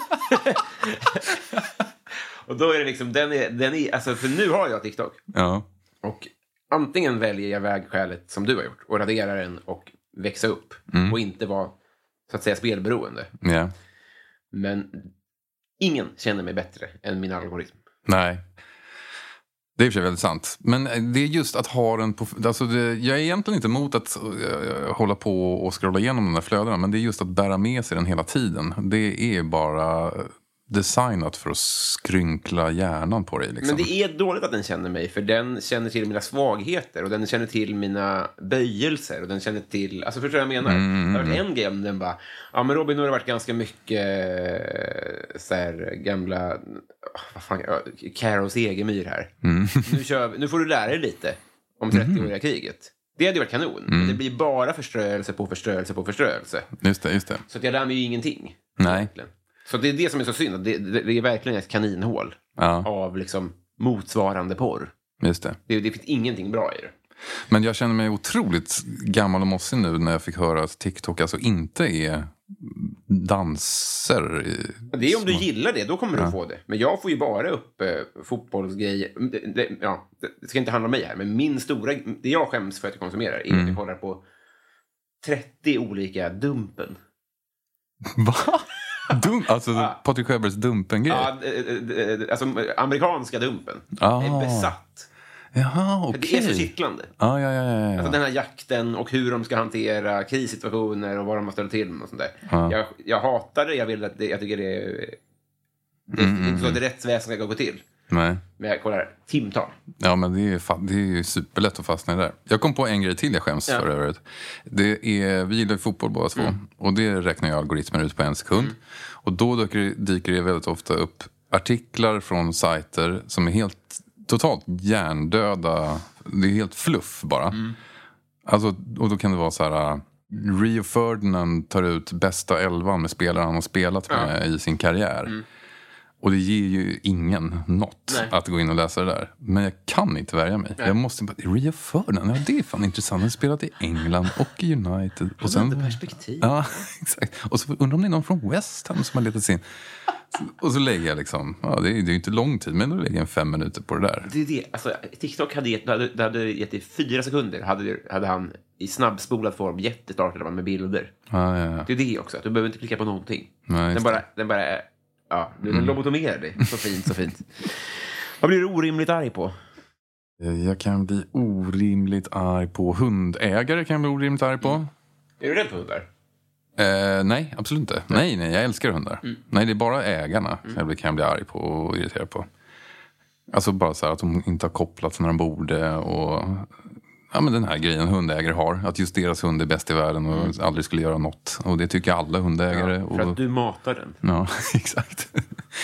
Och då är det liksom, den är, den är, alltså för nu har jag TikTok. Ja. Och antingen väljer jag vägskälet som du har gjort och raderar den och växa upp. Mm. Och inte vara, så att säga, spelberoende. Ja. Men ingen känner mig bättre än min algoritm. Nej. Det är för sig väldigt sant. Men det är just att ha den på... Alltså det, jag är egentligen inte emot att uh, hålla på och scrolla igenom de där flödena. Men det är just att bära med sig den hela tiden. Det är bara designat för att skrynkla hjärnan på dig. Liksom. Men det är dåligt att den känner mig. För den känner till mina svagheter. Och den känner till mina böjelser. Och den känner till... Alltså förstår du vad jag menar? Mm. Det har varit en grej om den bara... Ja men Robin, nu har det varit ganska mycket så här, gamla... Vad fan, Caros Egemyr här. Mm. Nu, kör, nu får du lära dig lite om trettioåriga mm. kriget. Det hade ju varit kanon. Mm. Men det blir bara förströelse på förströelse på förströelse. Just det, just det. Så att jag lär mig ju ingenting. Nej. Egentligen. Så det är det som är så synd. Det, det, det är verkligen ett kaninhål ja. av liksom motsvarande porr. Just det. Det, det finns ingenting bra i det. Men jag känner mig otroligt gammal och mossig nu när jag fick höra att TikTok alltså inte är danser. Det är om du gillar det, då kommer ja. du få det. Men jag får ju bara upp eh, fotbollsgrejer. Det, det, ja, det ska inte handla om mig här, men min stora, det jag skäms för att jag konsumerar är mm. att jag kollar på trettio olika Dumpen. Va? Dum, alltså ja. Patrik Sjöbergs Dumpen-grej? Ja, alltså amerikanska Dumpen. Ah. Jag är besatt. Jaha, okej. Okay. Det är så kittlande. Ah, ja, ja, ja, ja. Alltså den här jakten och hur de ska hantera krissituationer och vad de har ställt till med och sånt där. Ah. Jag, jag hatar det, jag vill att det, jag tycker det är Det är mm, inte så att det rättsväsendet ska gå till. Nej. Men jag kollar timtal. Ja, men det är, fa- det är ju superlätt att fastna i det där. Jag kom på en grej till jag skäms ja. för övrigt. Det är, vi gillar ju fotboll båda två. Mm. Och det räknar jag algoritmer ut på en sekund. Mm. Och då dyker, dyker det väldigt ofta upp artiklar från sajter som är helt totalt hjärndöda. Det är helt fluff bara. Mm. Alltså, och då kan det vara så här... Rio Ferdinand tar ut bästa elvan med spelare han har spelat med ja. i sin karriär. Mm. Och det ger ju ingen något Nej. att gå in och läsa det där. Men jag kan inte värja mig. Nej. Jag måste bara, Rio Ferdinand, ja, det är fan intressant. Han har spelat i England och i United. Och sen, perspektiv. Ja, exakt. Och så undrar om det är någon från West Ham som har letat sig in. Och så lägger jag liksom, ja, det är ju inte lång tid, men då lägger jag en fem minuter på det där. Det är det, alltså TikTok hade gett, hade, hade gett i fyra sekunder, hade, hade han i snabbspolad form jättestartad med bilder. Ah, ja, ja. Det är det också, att du behöver inte klicka på någonting. Nej, den, bara, den bara är, ja, den mm. lobotomerar dig. Så fint, så fint. Vad blir du orimligt arg på? Jag kan bli orimligt arg på hundägare, kan jag bli orimligt arg på. Mm. Är du rädd för hundar? Eh, nej, absolut inte. Nej. nej, nej, jag älskar hundar. Mm. Nej, det är bara ägarna mm. jag kan bli arg på och irriterad på. Alltså bara så här att de inte har kopplats när de borde och... Ja, men den här grejen hundägare har. Att just deras hund är bäst i världen och mm. aldrig skulle göra något. Och det tycker alla hundägare. Ja, för och... att du matar den. Ja, exakt.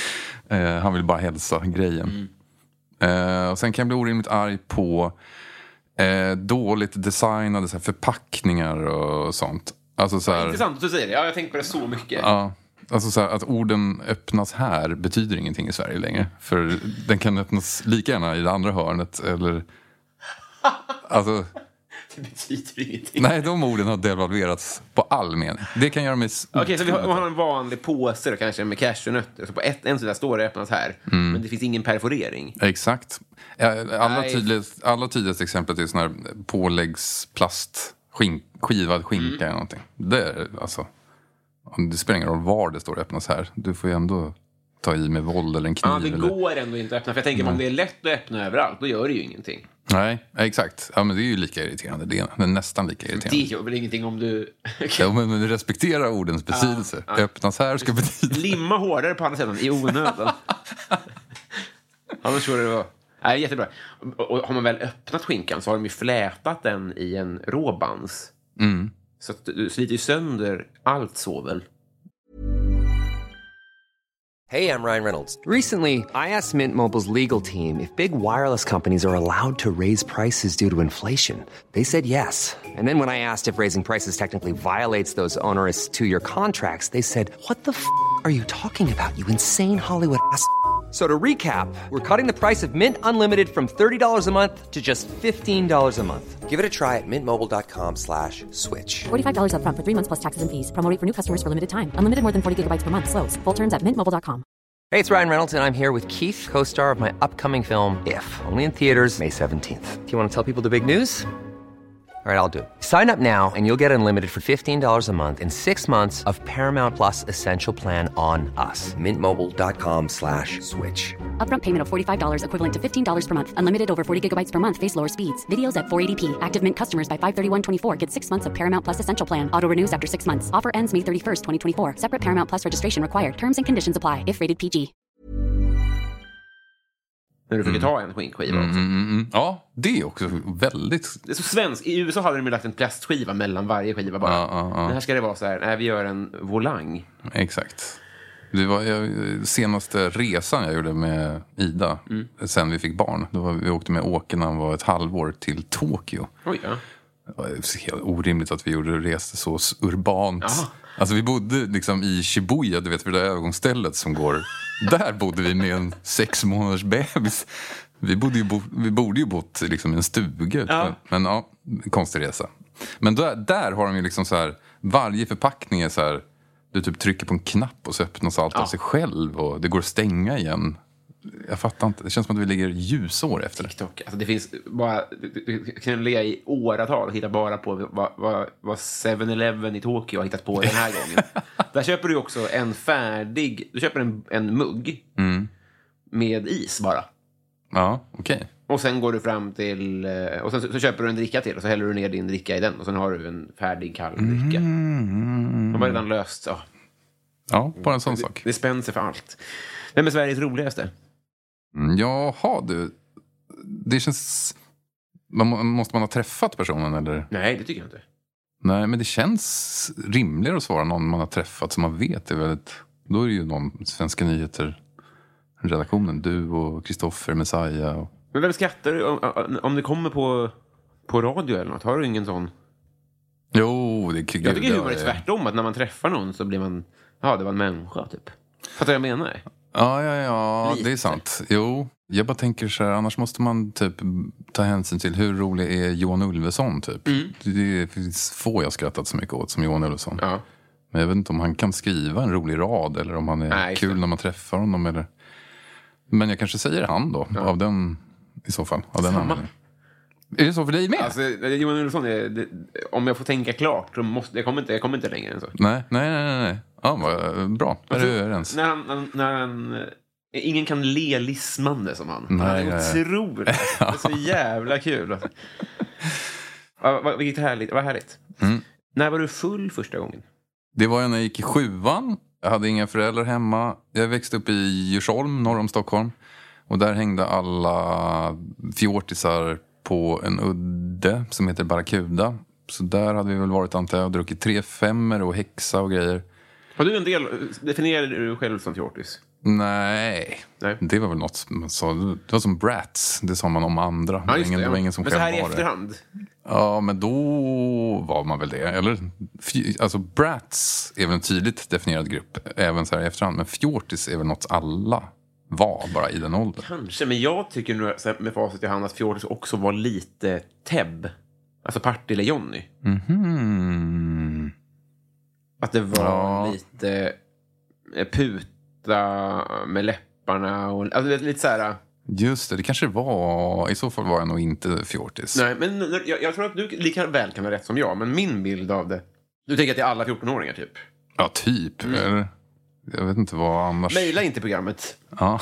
eh, han vill bara hälsa grejen. Mm. Eh, och sen kan jag bli orimligt arg på eh, dåligt designade så här, förpackningar och sånt. Alltså, så här... ja, intressant att du säger det. Ja, jag tänker på det så mycket. Ja. Alltså så här, att orden öppnas här betyder ingenting i Sverige längre. För den kan öppnas lika gärna i det andra hörnet eller... Alltså, det betyder ingenting. Nej, de orden har devalverats på all mening. Det kan göra mig... Okej, okay, så vi har, vi har en vanlig påse då, kanske med cashewnötter. Så på ett, en sida står det öppnas här. Mm. Men det finns ingen perforering. Exakt. Alla, tydligast, alla tydligaste exemplet är sån här påläggsplast, skink, skivad skinka mm. eller någonting. Det är alltså... Det spelar ingen roll var det står öppnas här. Du får ju ändå ta i med våld eller en kniv. Ja, det eller... går ändå inte att öppna. För jag tänker, mm. om det är lätt att öppna överallt, då gör det ju ingenting. Nej, exakt. Ja, men det är ju lika irriterande. Det är, det är nästan lika irriterande. Det gör väl ingenting om du... ja, men, men du respekterar ordens betydelse. Ja, ja. Öppnas här ska betyda... Limma hårdare på andra sidan i onödan. Annars tror jag det var... Nej, jättebra. Och, och har man väl öppnat skinkan så har de ju flätat den i en råbans. Mm. Så att du sliter ju sönder allt så väl. Hey, I'm Ryan Reynolds. Recently, I asked Mint Mobile's legal team if big wireless companies are allowed to raise prices due to inflation. They said yes. And then when I asked if raising prices technically violates those onerous two-year contracts, they said, what the f*** are you talking about, you insane Hollywood ass f- So to recap, we're cutting the price of Mint Unlimited from thirty dollars a month to just fifteen dollars a month. Give it a try at mintmobile.com slash switch. forty-five dollars up front for three months plus taxes and fees. Promo rate for new customers for limited time. Unlimited more than forty gigabytes per month. Slows full terms at mint mobile dot com. Hey, it's Ryan Reynolds, and I'm here with Keith, co-star of my upcoming film, If, only in theaters May seventeenth. Do you want to tell people the big news? All right, I'll do it. Sign up now and you'll get unlimited for fifteen dollars a month and six months of Paramount Plus Essential Plan on us. Mintmobile.com slash switch. Upfront payment of forty-five dollars equivalent to fifteen dollars per month. Unlimited over forty gigabytes per month. Face lower speeds. Videos at four eighty p. Active Mint customers by five thirty-one twenty-four get six months of Paramount Plus Essential Plan. Auto renews after six months. Offer ends May thirty-first, twenty twenty-four. Separate Paramount Plus registration required. Terms and conditions apply if rated P G. När du fick mm. ta en skinkskiva också. Mm, mm, mm. Ja, det är också väldigt... Det är så svenskt. I U S A hade de lagt en plastskiva mellan varje skiva bara. Ja, ja, ja. Men här ska det vara så här, nej, vi gör en volang. Exakt. Det var jag, senaste resan jag gjorde med Ida mm. sen vi fick barn. Då var, vi åkte med Åke när han var ett halvår till Tokyo. Oj, ja. Det var helt orimligt att vi gjorde reste så urbant. Aha. Alltså vi bodde liksom i Shibuya, du vet, för det där övergångsstället som går... Där bodde vi med en sex månaders bebis. Vi, bodde ju bo, vi borde ju bott liksom i en stuga. Ja. Men, men ja, konstig resa. Men där, där har de ju liksom så här... Varje förpackning är så här... Du typ trycker på en knapp och så öppnas allt ja. av sig själv. Och det går att stänga igen. Jag fattar inte. Det känns som att vi ligger ljusår efter det. TikTok. Alltså det finns bara... Du, du kan ligga i åratal och hitta bara på vad, vad, vad seven eleven i Tokyo har hittat på den här gången. Där köper du också en färdig... Du köper en, en mugg mm. med is bara. Ja, okej. Okay. Och sen går du fram till... Och sen så, så köper du en dricka till och så häller du ner din dricka i den. Och sen har du en färdig kall dricka. Mm. De har redan löst... Ja, ja bara en sån det, sak. Det spänner sig för allt. Vem är Sveriges roligaste? Mm, jaha, du. Det känns... Man, måste man ha träffat personen eller? Nej, det tycker jag inte. Nej, men det känns rimligare att svara någon man har träffat som man vet är väldigt... Då är det ju någon Svenska nyheter redaktionen, du och Kristoffer Messiah. Och... Men vem skrattar du om, om det kommer på, på radio eller något? Har du ingen sån? Jo, det är... Jag tycker humor är tvärtom, att när man träffar någon så blir man... Ja, det var en människa typ. Fattar jag menar? Ja, ja, ja, Lite. det är sant. Jo, jag bara tänker så här, annars måste man typ ta hänsyn till hur rolig är Johan Ulveson typ. Mm. Det finns få jag skrattat så mycket åt som Johan Ulveson. Ja. Men jag vet inte om han kan skriva en rolig rad eller om han är Nej, kul när man träffar honom eller... Men jag kanske säger han då, ja. av den i så fall. Av den anledningen. Är det så för dig med? Alltså, Johan Ulveson är, det, om jag får tänka klart så måste, jag, kommer inte, jag kommer inte längre än så. Nej, nej, nej, nej. Ja, vad bra. Är du överens? När han, när, när han, ingen kan le lismande som han. Nej, han är nej, otroligt. Det är så jävla kul. Alltså. Ja, vad, vilket härligt. Vad härligt. Mm. När var du full första gången? Det var jag när jag gick i sjuan. Jag hade inga föräldrar hemma. Jag växte upp i Djursholm, norr om Stockholm. Och där hängde alla fjortisar på en udde som heter Barracuda. Så där hade vi väl varit antar jag och druckit tre femmer och häxa och grejer. Har du en del, definierar du själv som fjortis? Nej, Nej. Det var väl något man sa. Det var som brats, det sa man om andra. Ja, just ingen, det, det var ingen som men själv så här i var efterhand? Det. Ja, men då var man väl det. Eller, alltså brats är väl en tydligt definierad grupp, även så här i efterhand. Men fjortis är väl något alla var bara i den åldern. Kanske, men jag tycker nu så här, med facit i hand att fjortis också var lite Tebb. Alltså Partille Johnny. Mhm. Att det var Ja. lite eh, puta med läpparna och alltså, lite så här. Just det, det kanske var... I så fall var jag nog inte fjortis. Nej, men jag, jag tror att du lika väl kan ha rätt som jag. Men min bild av det... Du tänker att det är alla fjortonåringar typ? Ja, typ. Mm. Eller, jag vet inte vad annars... Maila inte programmet. Ja.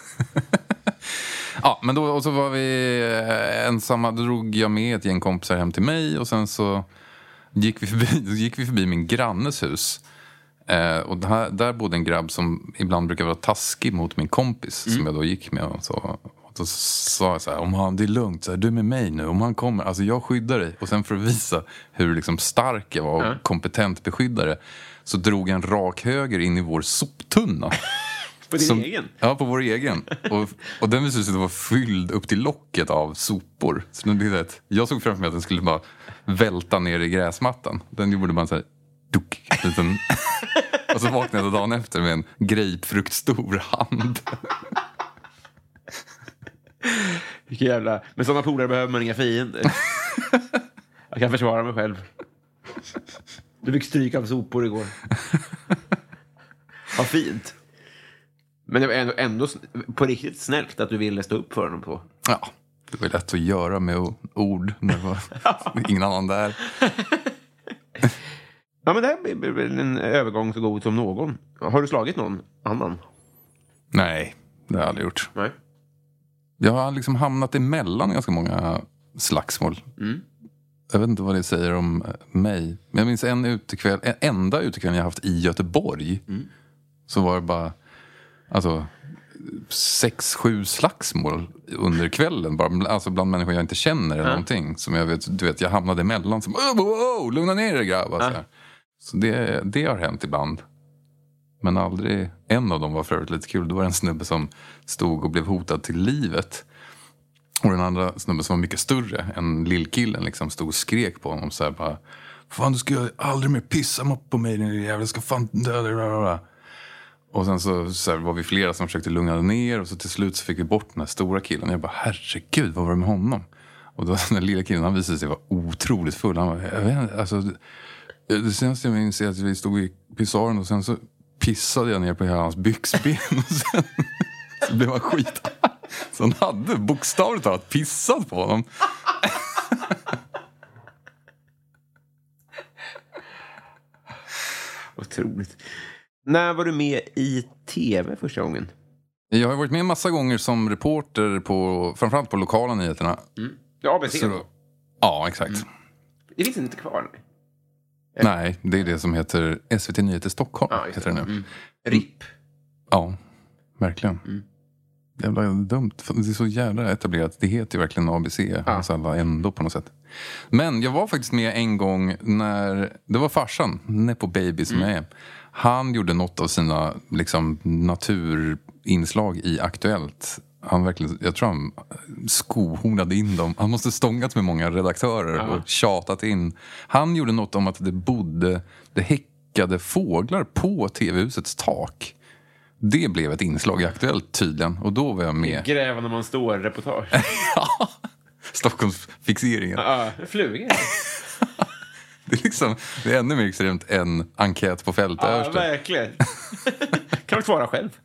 Ja, men då och så var vi ensamma. Då drog jag med ett gäng kompisar hem till mig. Och sen så gick vi förbi, då gick vi förbi min grannes hus. Eh, och där, där bodde en grabb som ibland brukar vara taskig mot min kompis. Mm. Som jag då gick med. Och så, och då sa jag så här, om han, det är lugnt, så här, du är med mig nu. Om han kommer, alltså jag skyddar dig. Och sen för att visa hur liksom stark jag var och mm. kompetent beskyddare. Så drog jag en rak höger in i vår soptunna. På din som, egen? Ja, på vår egen. Och, och den visade sig vara fylld upp till locket av sopor. Så det är rätt. Jag såg framför mig att den skulle bara välta ner i gräsmattan. Den gjorde bara så här... Duk, liten. Och så vaknade jag dagen efter med en grapefruktstor hand. Vilken jävla... Med sådana polare behöver man inga fiender. Jag kan försvara mig själv. Du fick stryka av sopor igår. Vad fint. Men det var ändå, ändå på riktigt snällt att du ville stå upp för honom på. Ja, det var lätt att göra med ord. Det var ingen annan där. Ja, men det här blir väl en övergång så god som någon. Har du slagit någon annan? Nej, det har jag aldrig gjort. Nej. Jag har liksom hamnat emellan ganska många slagsmål. Mm. Jag vet inte vad det säger om mig. Men jag minns en utekväll, en enda utekväll jag haft i Göteborg. Mm. Så var det bara alltså sex, sju slagsmål under kvällen. Bara, alltså bland människor jag inte känner eller mm. någonting. Som jag vet, du vet, jag hamnade emellan. Som, oh, oh, oh, lugna ner dig grabbar. Mm. Så, så det, det har hänt ibland. Men aldrig, en av dem var för övrigt lite kul. Det var en snubbe som stod och blev hotad till livet. Och den andra snubben som var mycket större än lillkillen liksom stod och skrek på honom så här bara, fan du ska aldrig mer pissa på mig din jävla, ska fan döda. Och sen så, så här, var vi flera som försökte lugna ner och så till slut så fick vi bort den här stora killen. Och jag bara, herregud, vad var det med honom? Och då den lilla killen, han visade sig vara otroligt full. Han var, jag vet inte, alltså det senaste jag minns är att vi stod i pisaren och sen så pissade jag ner på hela hans byxben och sen så blev han skit. Så han hade bokstavligt talat pissat på honom. Otroligt. När var du med i tv första gången? Jag har varit med en massa gånger som reporter på, framförallt på lokala nyheterna. Mm. Ja, A B C. Så, ja, exakt. Mm. Det finns inte kvar nu. Nej, det är det som heter S V T Nyheter Stockholm. Ja, heter det nu. Mm. R I P. Ja. verkligen. Mm. Jävla dumt. Det är så jävla etablerat. Det heter ju verkligen A B C. Ja. Alltså alla ändå på något sätt. Men jag var faktiskt med en gång när... Det var farsan, Nepo Baby som mm. är. Han gjorde något av sina liksom, naturinslag i Aktuellt. Han verkligen, jag tror han skohornade in dem. Han måste stångat med många redaktörer ja. och tjatat in. Han gjorde något om att det bodde... Det häckade fåglar på tv-husets tak. Det blev ett inslag i Aktuellt tydligen. Och då var jag med. Gräva när man står reportage. Ja, Stockholmsfixeringen. Ja, flugor. Det är liksom, det är ännu mer extremt än enkät på fältöverste. Ja, verkligen. Kan du svara själv?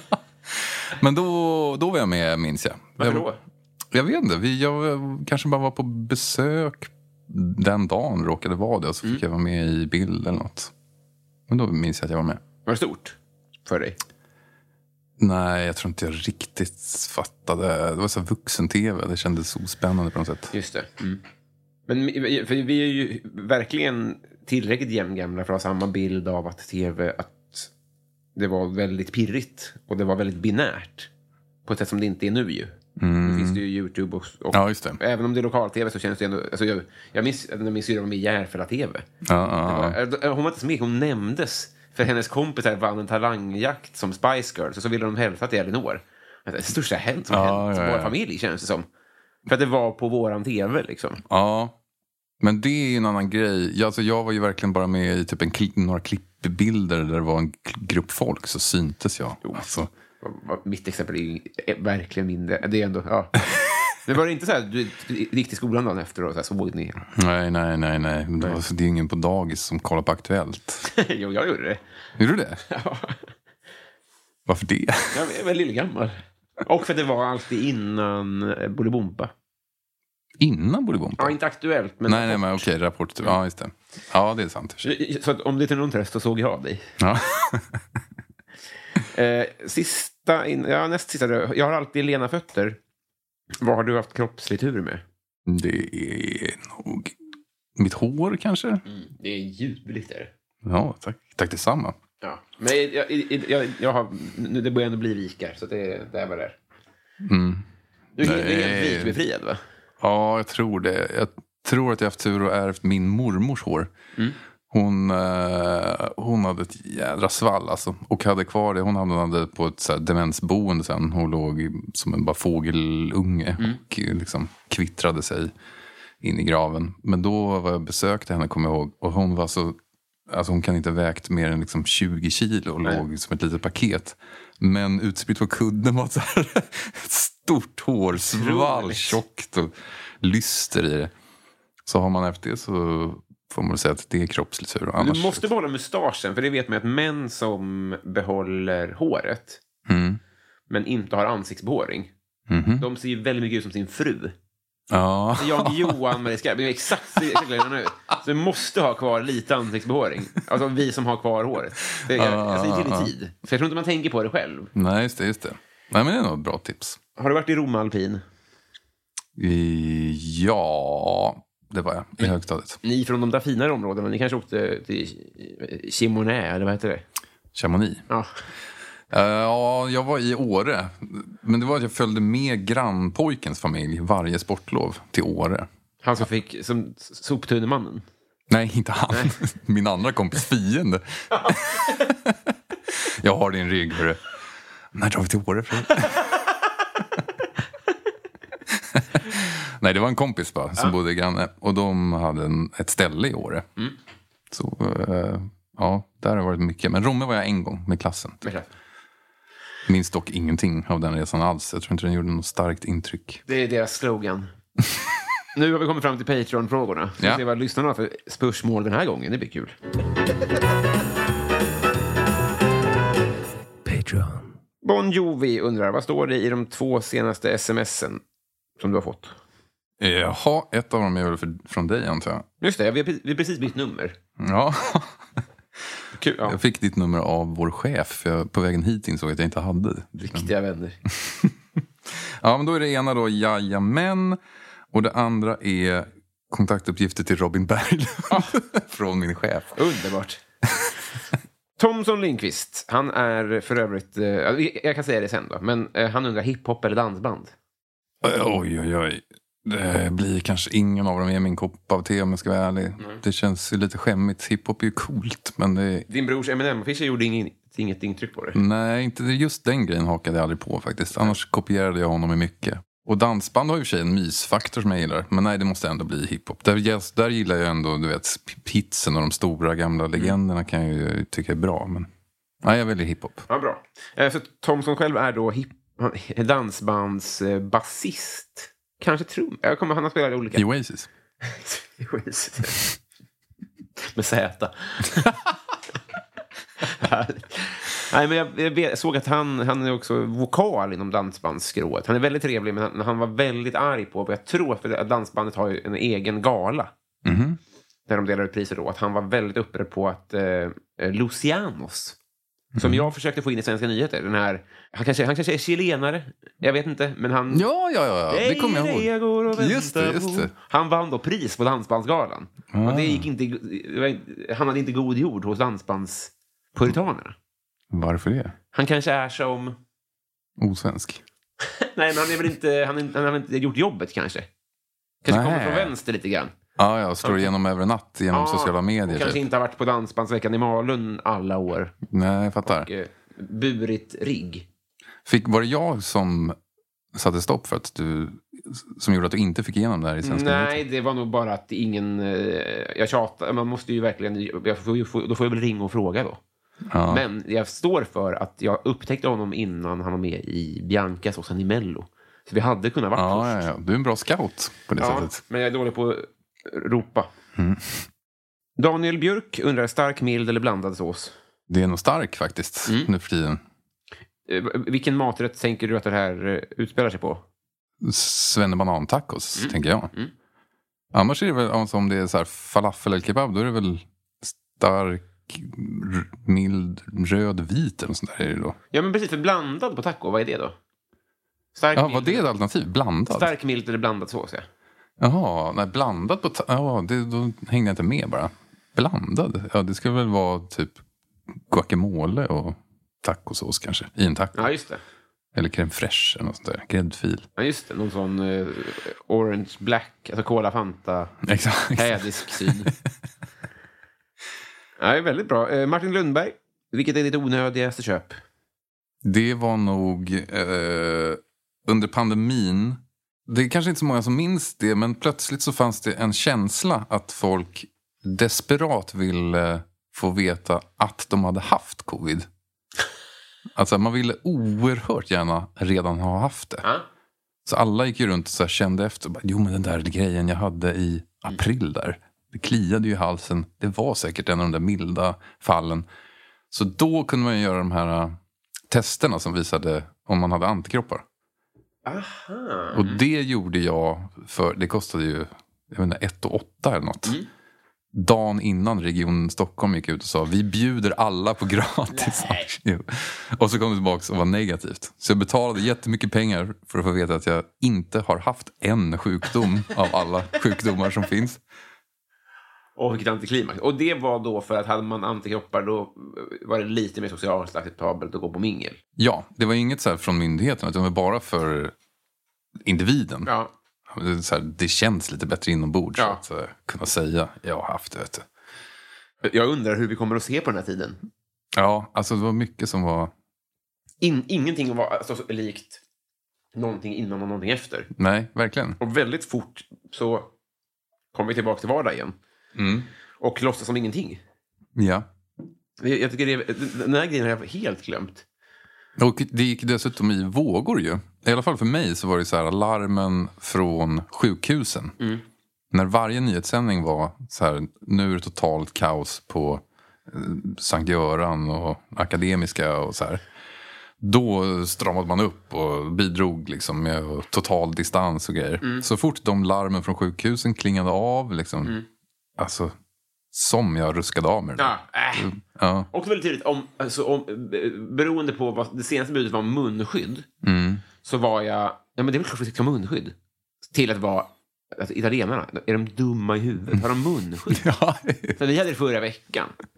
Men då, då var jag med, minns jag. Varför då? Jag, jag vet inte, vi, jag kanske bara var på besök den dagen råkade vara det. Och så fick mm. jag vara med i bild eller något. Men då minns jag att jag var med. Var det stort för dig? Nej, jag tror inte jag riktigt fattade. Det var så vuxen-tv. Det kändes så spännande på något sätt. Just det. Mm. Men för vi är ju verkligen tillräckligt jämngamla för att ha samma bild av att tv, att det var väldigt pirrigt och det var väldigt binärt på ett sätt som det inte är nu ju. Mm. Nu finns det ju YouTube och, och ja, just det. Även om det är lokal-tv så känns det ändå, alltså jag, jag minns när min syra var med i Järfälla-tv. Ja, ja, ja. Hon var inte så mycket, hon nämndes för hennes kompisar vann en talangjakt som Spice Girls och så ville de hälsa till Elinor. Det största hänt som ja, hänt ja, ja. vår familj känns det som. För att det var på våran tv liksom. Ja. Men det är ju en annan grej. Alltså, jag var ju verkligen bara med i typ en kli- några klippbilder där det var en grupp folk, så syntes jag. Jo, alltså. Mitt exempel är ju verkligen mindre. Det är ändå, ja. Det var inte så här, du gick till skolan dagen efter och så här, såg ni? Nej, nej, nej, nej. Det, var, det är ingen på dagis som kollar på Aktuellt. Jo, jag gjorde det. Gjorde du det? Ja. Varför det? Jag var lillgammal. Och för att det var alltid innan Bolibompa. Innan Bolibompa? Ja, inte Aktuellt. Men nej, nej, men okej, okay, rapport. Ja, just det. Ja, det är sant. Så att om det är till någon tröst så såg jag dig. Ja. eh, sista, in, ja näst sista. Jag har alltid lena fötter. Vad har du haft kroppslig tur med? Det är nog mitt hår kanske. Mm, det är ljuvligt där. Ja, tack. Tack detsamma. Ja, men jag, jag, jag, jag har, det börjar ändå bli vikar så det, det är vad det är. Mm. Du är helt vikbefriad va? Ja, jag tror det. Jag tror att jag haft tur och ärvt min mormors hår. Mm. Hon, eh, hon hade ett jädra svall alltså, och hade kvar det. Hon hamnade på ett så här demensboende sen. Hon låg som en bara fågelunge mm. och liksom kvittrade sig in i graven. Men då var jag besökte henne, kommer jag ihåg. Och hon var så, alltså hon kan inte vägt mer än liksom tjugo kilo och Nej. låg som ett litet paket. Men utspritt på kudden var så här ett stort hårsvall, tjockt och lyster i det. Så har man efter det så får man säga att det är kroppsligt tur. Annars... Du måste behålla mustaschen, för det vet man att män som behåller håret mm. men inte har ansiktsbehåring, mm-hmm. de ser ju väldigt mycket ut som sin fru. Ja. Så jag och Johan med det ska bli exakt nu. Så vi måste ha kvar lite ansiktsbehåring. Alltså vi som har kvar håret. Det är, ah, alltså, det är till tid. För jag tror inte man tänker på det själv. Nej, just det, just det. Nej, men det är nog ett bra tips. Har du varit i Rom alpin? I, ja, det var jag. I men, högstadiet. Ni från de där finare områdena, ni kanske åkte till Chamonix, eller vad heter det? Chamonix? Ja. Uh, ja, jag var i Åre. Men det var att jag följde med grannpojkens familj varje sportlov till Åre. Han som fick som soptunnemannen? Nej, inte han. Nej. Min andra kompis fiende. Jag har din rygg, hörru. När drar vi till Åre? Nej, det var en kompis bara, som ja. bodde granne. Och de hade en, ett ställe i Åre. Mm. Så, uh, ja, där har det varit mycket. Men Romme var jag en gång med klassen. Med minns dock ingenting av den resan alls. Jag tror inte den gjorde något starkt intryck. Det är deras slogan. Nu har vi kommit fram till Patreon-frågorna. Så ja. se vad lyssnarna har för spörsmål den här gången. Det blir kul. Patreon. Bon Jovi undrar, vad står det i de två senaste smsen som du har fått? Jaha, ett av dem är väl för, från dig, antar jag. Just det, vi har, vi har precis bytt nummer. Ja. Kul, ja. Jag fick ditt nummer av vår chef, för jag på vägen hit insåg att jag inte hade det. Riktiga vänner. Ja, men då är det ena då jajamän. Och det andra är kontaktuppgifter till Robin Berglund. Ah. Från min chef. Underbart. Thomson Lindqvist, han är för övrigt, eh, jag kan säga det sen då, men eh, han undrar hiphop eller dansband? Oj, oj, oj. Det blir kanske ingen av dem är min kopp av te om jag ska vara ärlig. Mm. Det känns ju lite skämmigt. Hiphop är ju coolt, men det... Din brors Eminem-affischer gjorde inget, inget intryck på det? Nej, inte just den grejen hakade jag aldrig på faktiskt. Annars kopierade jag honom i mycket. Och dansband har ju för sig en mysfaktor som jag gillar. Men nej, det måste ändå bli hiphop. Där, yes, där gillar jag ändå, du vet, Pitsen och de stora gamla legenderna kan jag ju tycka är bra. Men nej, jag väljer hiphop. Ja, bra. Så Thomson själv är då hip, dansbandsbasist. Kanske trum. Jag kommer han har spelat olika. I Oasis. I Oasis. Med Z. Nej, men jag, jag såg att han, han är också vokal inom dansbandsskrået. Han är väldigt trevlig, men han, han var väldigt arg på, jag tror att dansbandet har ju en egen gala. Mm-hmm. Där de delar ut priser då. Att han var väldigt upprörd på att eh, Lucianos, mm. som jag försökte få in i Svenska nyheter, den här, han kanske, han kanske är chilenare, jag vet inte, men han... Ja, ja, ja, det kommer jag ihåg. Jag går och just det, just det. Han vann då pris på dansbandsgalan. Ah. Och det gick inte, han hade inte god jord hos dansbandspuritanerna. Varför det? Han kanske är som... Osvensk. Nej, men han är väl inte, han, är, han har väl inte gjort jobbet kanske. Kanske Nej. kommer från vänster lite grann. Ja, jag slår igenom över en natt genom ja, sociala medier. Kanske typ. inte har varit på dansbandsveckan i Malun alla år. Nej, jag fattar. Och eh, burit rigg. Fick, var det jag som satte stopp för att du... Som gjorde att du inte fick igenom det här i Svenska Nej, nyheter? det var nog bara att ingen... Eh, jag tjatar, man måste ju verkligen... Jag får, får, då får jag väl ringa och fråga då. Ja. Men jag står för att jag upptäckte honom innan han var med i Biancas och sen i Mello. Så vi hade kunnat vara ja, först. Ja, ja. Du är en bra scout på det ja, sättet. Men jag är dålig på att ropa. Mm. Daniel Björk undrar, stark, mild eller blandad sås? Det är nog stark faktiskt, mm. nu för tiden. Eh, vilken maträtt tänker du att det här eh, utspelar sig på? Svennebanan-tacos, mm. tänker jag. Mm. Annars är det väl, alltså, om det är så här falafel eller kebab, då är det väl stark, r- mild, röd, vit eller sånt där är det då. Ja, men precis, för blandad på taco, vad är det då? Stark, ja, vad det är ett alternativ? Blandad? Stark, mild eller blandad sås, ja. Jaha, nej, blandad på... Ta- ja, det, då hängde jag inte med bara. Blandad? Ja, det ska väl vara typ guacamole och tacosås kanske. I en taco. Ja, just det. Eller crème fraîche eller något sånt där. Gräddfil. Ja, just det. Någon sån uh, orange black, alltså cola fanta. Exakt. Hädisk syn. Ja, det är väldigt bra. Uh, Martin Lundberg, vilket är ditt onödigaste köp? Det var nog uh, under pandemin. Det är kanske inte så många som minns det, men plötsligt så fanns det en känsla att folk desperat ville få veta att de hade haft covid. Alltså man ville oerhört gärna redan ha haft det. Ah. Så alla gick ju runt och så här kände efter. Bara, jo, men den där grejen jag hade i april där. Det kliade ju i halsen. Det var säkert en av de där milda fallen. Så då kunde man ju göra de här uh, testerna som visade om man hade antikroppar. Aha. Och det gjorde jag för, det kostade ju jag vet inte, ett och åtta eller något. Mm. Dagen innan Region Stockholm gick ut och sa vi bjuder alla på gratis. Och så kom det tillbaka och var negativt. Så jag betalade jättemycket pengar för att få veta att jag inte har haft en sjukdom av alla sjukdomar som finns. Och vilket antiklimax. Och det var då för att hade man antikroppar då var det lite mer socialt acceptabelt att gå på mingel. Ja, det var inget så här från myndigheten utan det var bara för individen. Ja. Det, så här, det känns lite bättre inombords ja. att så här, kunna säga jag har haft det. Vet du. Jag undrar hur vi kommer att se på den här tiden. Ja, alltså det var mycket som var... In, ingenting var alltså, likt någonting innan och någonting efter. Nej, verkligen. Och väldigt fort så kom vi tillbaka till vardag igen. Mm. Och låtsas som ingenting. Ja. Jag, jag tycker det, den här grejen har jag helt glömt. Och det gick dessutom i vågor ju. I alla fall för mig så var det så här larmen från sjukhusen. Mm. När varje nyhetssändning var så här, nu är det totalt kaos på eh, Sankt Göran och Akademiska och så här. Då stramade man upp och bidrog liksom med total distans och grejer. Mm. Så fort de larmen från sjukhusen klingade av liksom, mm. alltså som jag ruskade av med det. Ja, äh. ja. Och väldigt tydligt, om, alltså, om, beroende på vad det senaste budet var munskydd, mm. så var jag, ja men det är väl klart att vi ska ha munskydd. Till att vara, alltså, italienarna, är de dumma i huvudet? Har de munskydd? Ja. För vi hade det förra veckan.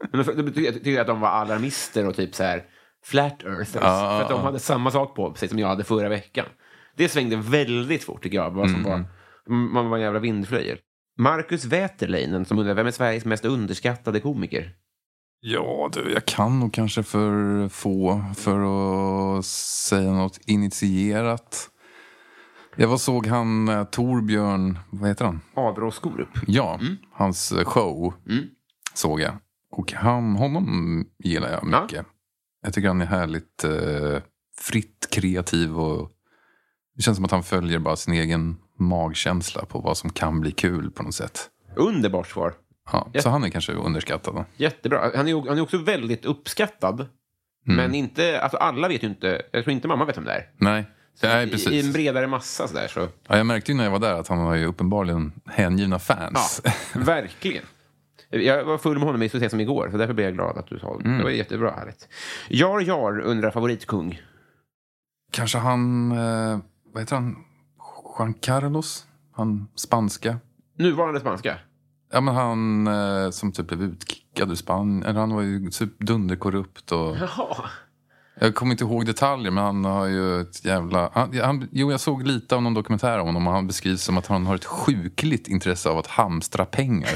Men det betyder att de var alarmister och typ så här flat earthers. Ah, för att de ah. hade samma sak på sig som jag hade förra veckan. Det svängde väldigt fort tycker jag. Vad som Mm. var, man var en jävla vindflöjel. Marcus Wäterleinen som undrar, vem är Sveriges mest underskattade komiker? Ja, du, jag kan nog kanske för få för att säga något initierat. Jag var såg han eh, Torbjörn, vad heter han? Avrås Skorup. Ja, hans eh, show Mm. såg jag. Och han, honom gillar jag mycket. Ja. Jag tycker han är härligt eh, fritt, kreativ och det känns som att han följer bara sin egen magkänsla på vad som kan bli kul på något sätt. Underbart svar. Ja, Ja. så han är kanske underskattad då. Jättebra. Han är, ju- han är också väldigt uppskattad. Men inte, alltså alla vet ju inte, jag tror inte mamma vet om det är. Nej, Nej I, precis. I en bredare massa sådär så. Ja, jag märkte ju när jag var där att han har ju uppenbarligen hängivna fans. Ja, verkligen. Jag var full med honom i så sent som igår, så därför blev jag glad att du sa det. Mm. Det var jättebra, härligt. Jar Jar undrar favoritkung. Kanske han, eh, vad heter han? Juan Carlos? Han spanska. Nuvarande spanska. Ja, men han eh, som typ blev utkickad ur Spanien. Eller han var ju typ dunderkorrupt och... Jaha. Jag kommer inte ihåg detaljer, men han har ju ett jävla... Han, han, jo, jag såg lite av någon dokumentär om honom och han beskrivs som att han har ett sjukligt intresse av att hamstra pengar.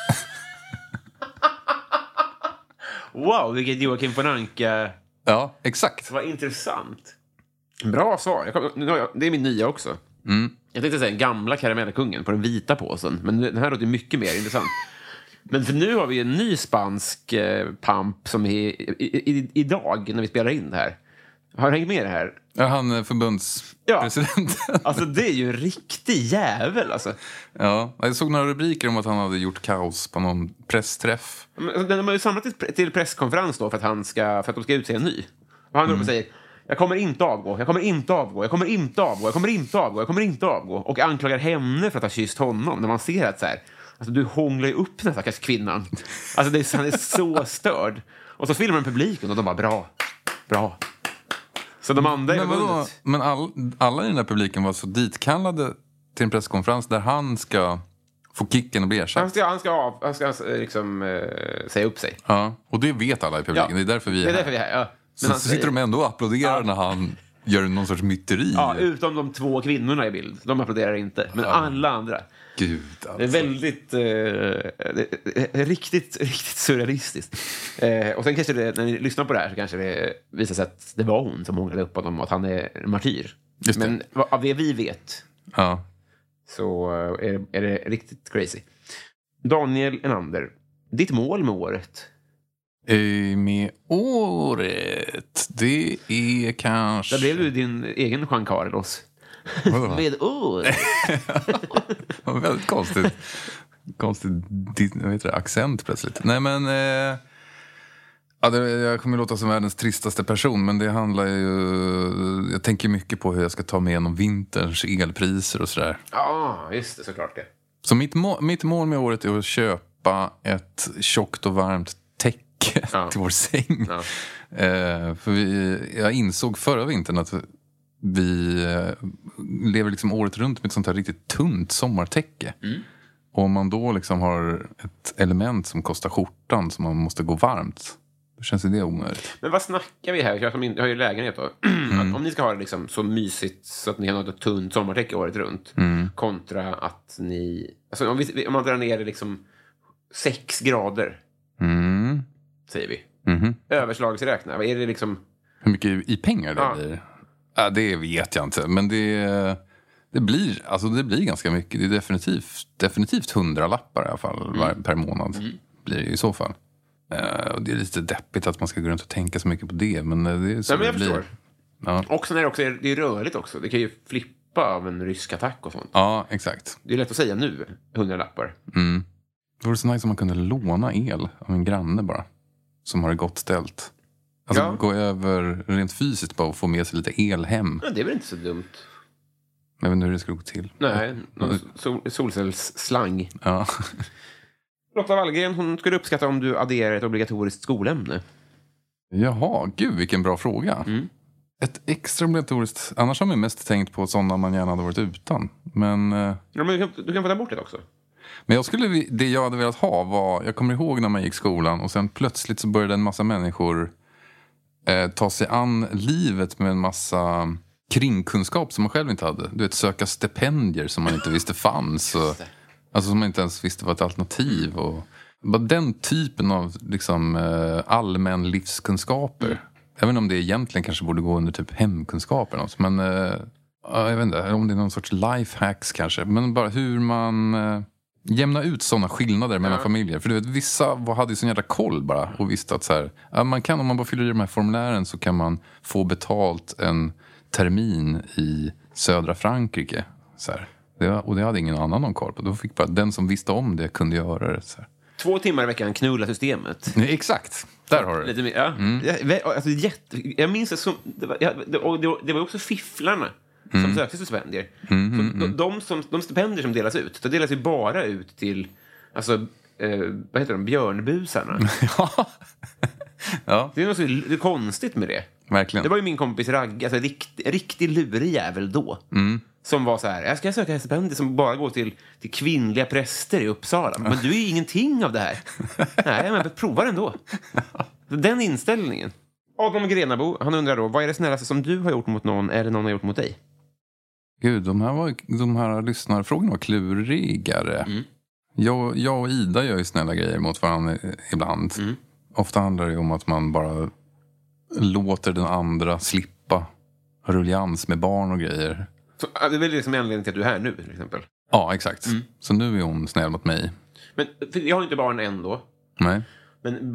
Wow, vilket Joakim von Anka... Ja, exakt. Vad intressant. Bra svar. Jag kom, nu har jag, det är min nya också. Mm. Jag tänkte säga gamla karamellkungen på den vita påsen. Men den här låter mycket mer intressant. Men för nu har vi en ny spansk eh, pamp som är i, i, i, idag när vi spelar in det här. Har du hängt med det här? Ja, han är förbundspresident. Ja. Alltså det är ju en riktig jävel alltså. Ja, jag såg några rubriker om att han hade gjort kaos på någon pressträff. Men de har ju samlat till, till presskonferens då för att, han ska, för att de ska utse en ny. Och han mm. säger, jag kommer inte avgå, jag kommer inte avgå, jag kommer inte avgå, jag kommer inte avgå, jag kommer inte avgå. Och anklagar henne för att ha kysst honom när man ser att så här, alltså du hånglar ju upp den här stackars kvinnan. Alltså det är, han är så störd. Och så filmar den publiken och de bara, bra, bra. Så de andra är Men, vadå? förbundet. Men all, alla i den där publiken var så ditkallade till en presskonferens där han ska få kicken och bli ersatt. Han ska, han ska, av, han ska liksom eh, säga upp sig. Ja, och det vet alla i publiken. Ja. Det är därför vi är, Det är här. därför vi är här, ja. Så, Men han så sitter säger- de ändå och applåderar Ja. när han gör någon sorts myteri. Ja, utom de två kvinnorna i bild. De applåderar inte. Men alla andra. Gud, alltså. Det är väldigt... Eh, det är riktigt, riktigt surrealistiskt. Eh, och sen kanske det, när ni lyssnar på det här så kanske det visar sig att det var hon som hånglade upp honom och att han är en martyr. Just det. Men vad- av det vi vet Ja. så är det, är det riktigt crazy. Daniel Enander, ditt mål med året? Eh, Med året, det är kanske... Där blev du din egen Juan Carlos. Vadå? Med året. Det var väldigt konstigt. Konstigt di- vad heter det, accent plötsligt. Nej, men... Eh, ja, det, jag kommer låta som världens tristaste person, men det handlar ju... Jag tänker mycket på hur jag ska ta mig igenom vinterns elpriser och sådär. Ja, just det, såklart det. Så mitt, må- mitt mål med året är att köpa ett tjockt och varmt täcke Ja. till vår säng. Ja. Eh, för vi, jag insåg förra vintern att vi eh, lever liksom året runt med ett sånt här riktigt tunt sommartäcke. Mm. Och om man då liksom har ett element som kostar skjortan som man måste gå varmt, då känns det onödigt. Men vad snackar vi här? Jag som in- jag har ju lägenhet då. Att om ni ska ha det liksom så mysigt så att ni har något tunt sommartäcke året runt. Kontra att ni... Alltså om, vi, om man drar ner det liksom sex grader, Mm. säger vi. Mhm. Överslagsräkna. Vad är det liksom... Hur mycket i pengar det Ja. blir? Ja, det vet jag inte. Men det, det, blir, alltså det blir ganska mycket. Det är definitivt, definitivt hundra lappar i alla fall var, per månad. Blir det i så fall. Eh, och det är lite deppigt att man ska gå runt och tänka så mycket på det. Men eh, det är så Nej, men jag det blir. förstår. Ja. Och sen är det också det är rörligt också. Det kan ju flippa av en rysk attack och sånt. Ja, exakt. Det är lätt att säga nu, hundra lappar. Mm. Det vore så nice om man kunde låna el av en granne bara. Som har det gott ställt. Alltså Ja. gå över rent fysiskt bara och få med sig lite el hem. Men det är väl inte så dumt? Jag vet inte hur det skulle gå till. Nej, någon sol- solcellsslang. Ja. Lotta Wallgren, hon skulle uppskatta om du adderar ett obligatoriskt skolämne. Jaha, gud vilken bra fråga. Mm. Ett extra obligatoriskt. Annars har man mest tänkt på sådana man gärna hade varit utan. Men eh, Ja, men du kan, du kan få ta bort det också. Men jag skulle, det jag hade velat ha var, jag kommer ihåg när man gick skolan och sen plötsligt så började en massa människor eh, ta sig an livet med en massa kringkunskap som man själv inte hade. Du vet, söka stipendier som man inte visste fanns. Och, alltså som man inte ens visste var ett alternativ. Och, bara den typen av liksom, eh, allmän livskunskaper. Mm. Även om det egentligen kanske borde gå under typ hemkunskaper. Något. Men eh, jag vet inte, om det är någon sorts lifehacks kanske. Men bara hur man eh, jämnar ut sådana skillnader mellan ja. familjer. För du vet, vissa hade ju sån jävla koll bara. Och visste att så här, ja, man kan, om man bara fyller i de här formulären så kan man få betalt en termin i södra Frankrike. Så här. Det, och det hade ingen annan någon koll på. Då fick bara den som visste om det kunde göra det. Så här. Två timmar i veckan knulla systemet. Nej, exakt. Där har du lite mer, ja. Mm. Alltså, jätte, jag minns det som... Det var, ja, det, och det, var, det var också fifflarna som mm. sökte stipendier. Mm, mm, mm. De, de, som, de stipendier som delas ut, de delas ju bara ut till... Alltså, eh, vad heter de? Björnbusarna. Ja. Ja. Det är något så det är konstigt med det. Verkligen. Det var ju min kompis Ragg, alltså rikt, riktig lurig jävel då. Mm. Som var så här, jag ska söka stipendier som bara går till, till kvinnliga präster i Uppsala. Men du är ju ingenting av det här. Nej, men prova ändå. Den inställningen. Adam Grenabo, han undrar då, vad är det snällaste som du har gjort mot någon eller någon har gjort mot dig? Gud, de här, var, de här lyssnarfrågorna var klurigare. Mm. Jag, jag och Ida gör ju snälla grejer mot varandra ibland. Mm. Ofta handlar det om att man bara låter den andra slippa rullians med barn och grejer. Så det är väl liksom anledningen till att du är här nu, till exempel? Ja, exakt. Mm. Så nu är hon snäll mot mig. Men för jag har inte barn än då. Nej. Men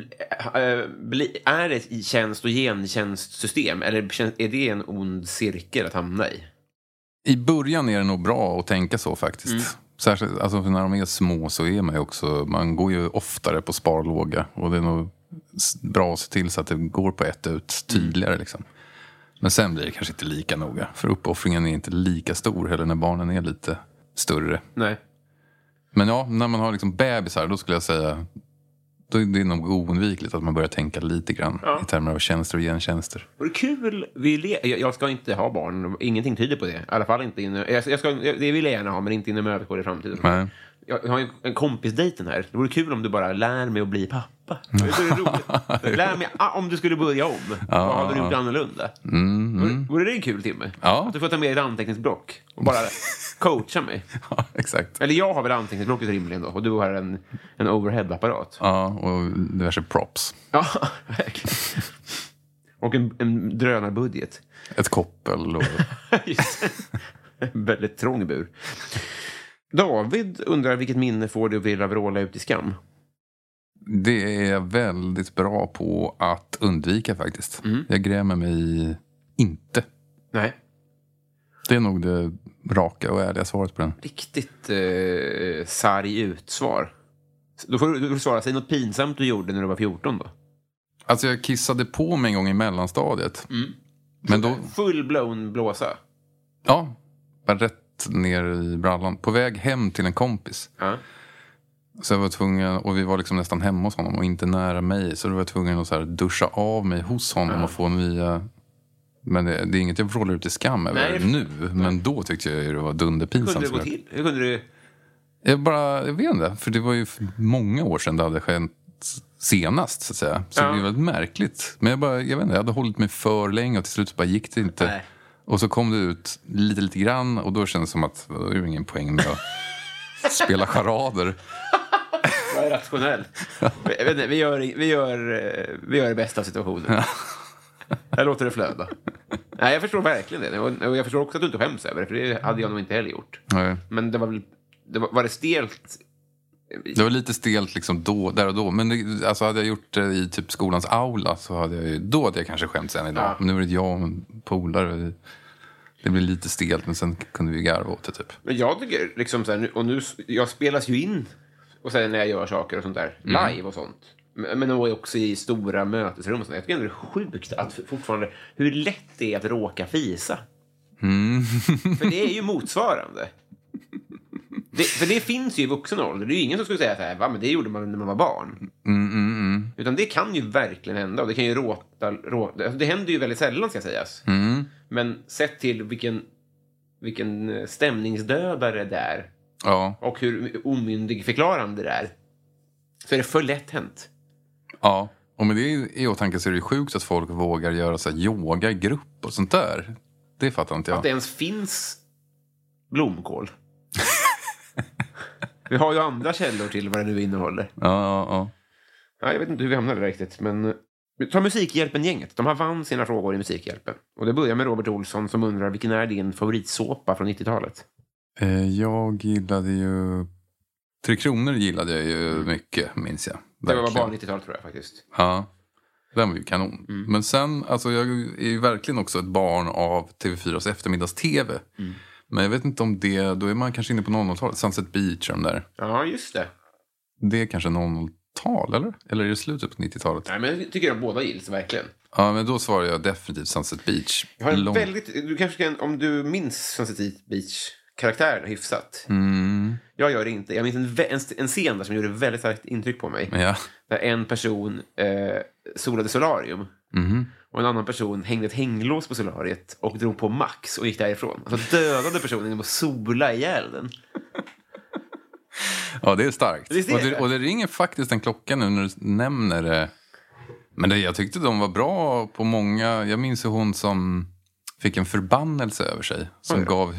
äh, är det i tjänst- och gentjänstsystem? Eller är det en ond cirkel att hamna i? I början är det nog bra att tänka så faktiskt. Mm. Särskilt, alltså när de är små så är man ju också... Man går ju oftare på sparlåga. Och det är nog bra att se till så att det går på ett ut tydligare mm. liksom. Men sen blir det kanske inte lika noga. För uppoffringen är inte lika stor heller när barnen är lite större. Nej. Men ja, när man har liksom bebisar, då skulle jag säga... Då är det nog oundvikligt att man börjar tänka lite grann ja. i termer av tjänster och gentjänster. Och det är kul. Vi le- jag, jag ska inte ha barn. Ingenting tyder på det. I alla fall inte inne... Jag, jag ska, det vill jag gärna ha, men inte inom överskådlig framtiden. Nej. Jag har en, en kompisdejten här. Det vore kul om du bara lär mig att bli pappa. Det är roligt. Lär mig om du skulle börja om. Ja, vad hade du gjort annorlunda? Mm, mm. Vore, vore det en kul timme? Ja. Att du får ta med ett anteckningsblock och bara coacha mig. Ja, exakt. Eller jag har väl anteckningsblocket rimligen då. Och du har en, en overhead-apparat. Ja, och diverse props. Ja, verkligen. Och en, en drönarbudget. Ett koppel. Och... Just en väldigt trång bur. David undrar vilket minne får du vill vråla ut i skam? Det är jag väldigt bra på att undvika faktiskt. Mm. Jag grämer mig inte. Nej. Det är nog det raka och ärliga svaret på den. Riktigt eh, sarg ut-svar. Då får du, du får svara, säg något pinsamt du gjorde när du var fjorton då. Alltså jag kissade på mig en gång i mellanstadiet. Mm. Men då... Full-blown blåsa? Ja, bara rätt ner i brallan. På väg hem till en kompis. Ja. Så jag var tvungen, och vi var liksom nästan hemma hos honom och inte nära mig. Så då var jag tvungen att så här duscha av mig hos honom ja. och få nya... Men det, det är inget jag vrålar ut i skam över Nej, nu. Men då tyckte jag det var dunderpinsamt. Hur kunde det gå till? Hur kunde du... Jag bara, jag vet inte. För det var ju många år sedan det hade skett senast, så att säga. Så ja. det var väldigt märkligt. Men jag bara, jag vet inte, jag hade hållit mig för länge och till slut så bara gick det inte. Nej. Och så kom det ut lite, lite grann. Och då kändes det som att det är ingen poäng med att spela charader. Jag är rationell. Vi, inte, vi, gör, vi, gör, vi gör det bästa av situationen. Jag låter det flöda. Nej, jag förstår verkligen det. Och jag förstår också att du inte skäms över det. För det hade jag nog inte heller gjort. Nej. Men det var väl... Det var, var det stelt? Det var lite stelt liksom då, där och då. Men det, alltså hade jag gjort det i typ skolans aula så hade jag ju... Då hade jag kanske skämts än idag. Ja. Men nu är det jag och en polare. Det blir lite stelt, men sen kunde vi garva åt det typ. Men jag tycker liksom så här, och nu, jag spelas ju in och sen när jag gör saker och sånt där, mm. live och sånt. Men också i stora mötesrum och sånt. Jag tycker ändå det är sjukt att fortfarande, hur lätt det är att råka fisa. Mm. För det är ju motsvarande. Det, för det finns ju i vuxen ålder. Det är ju ingen som skulle säga så här, va, men det gjorde man när man var barn. Mm, mm, mm. Utan det kan ju verkligen hända. Och det kan ju råta, råta alltså det händer ju väldigt sällan, ska sägas. Mm. Men sett till vilken, vilken stämningsdödare det är. Ja. och hur omyndig förklarande det är, så är det för lätt hänt. Ja, och med det i åtanke så är det sjukt att folk vågar göra så här yoga i grupp och sånt där. Det fattar inte jag. Att det ens finns blomkål. Vi har ju andra källor till vad det nu innehåller. Ja, ja, ja. Ja, jag vet inte hur vi hamnade riktigt, men ta Musikhjälpen-gänget. De har vann sina frågor i Musikhjälpen. Och det börjar med Robert Olsson som undrar vilken är din favoritsåpa från nittiotalet? Eh, Jag gillade ju... Tre Kronor gillade jag ju mycket, minns jag. Det var Verkligen. bara nittiotalet tror jag faktiskt. Ja, den var ju kanon. Mm. Men sen, alltså jag är ju verkligen också ett barn av T V fyras eftermiddags-tv. Mm. Men jag vet inte om det, då är man kanske inne på noll noll-talet. Sunset Beach och de där. Ja, just det. Det är kanske noll noll-tal, eller? Eller är det slutet på nittiotalet? Nej, men jag tycker de båda gills verkligen. Ja, men då svarar jag definitivt Sunset Beach. Jag har en Lång- väldigt, du kanske kan, om du minns Sunset Beach-karaktären hyfsat. Mm, Jag gör det inte. Jag minns en, vä- en, en scen där som gjorde väldigt starkt intryck på mig. ja. Där en person eh, solade solarium. Mhm. Och en annan person hängde ett hänglås på solariet och drog på max och gick därifrån. Alltså dödade personen genom att sola ihjäl den. Ja, det är starkt. Visst är och, det, det? och det ringer faktiskt en klocka nu när du nämner det. Men det, jag tyckte de var bra på många. Jag minns ju hon som fick en förbannelse över sig. Som Oj. gav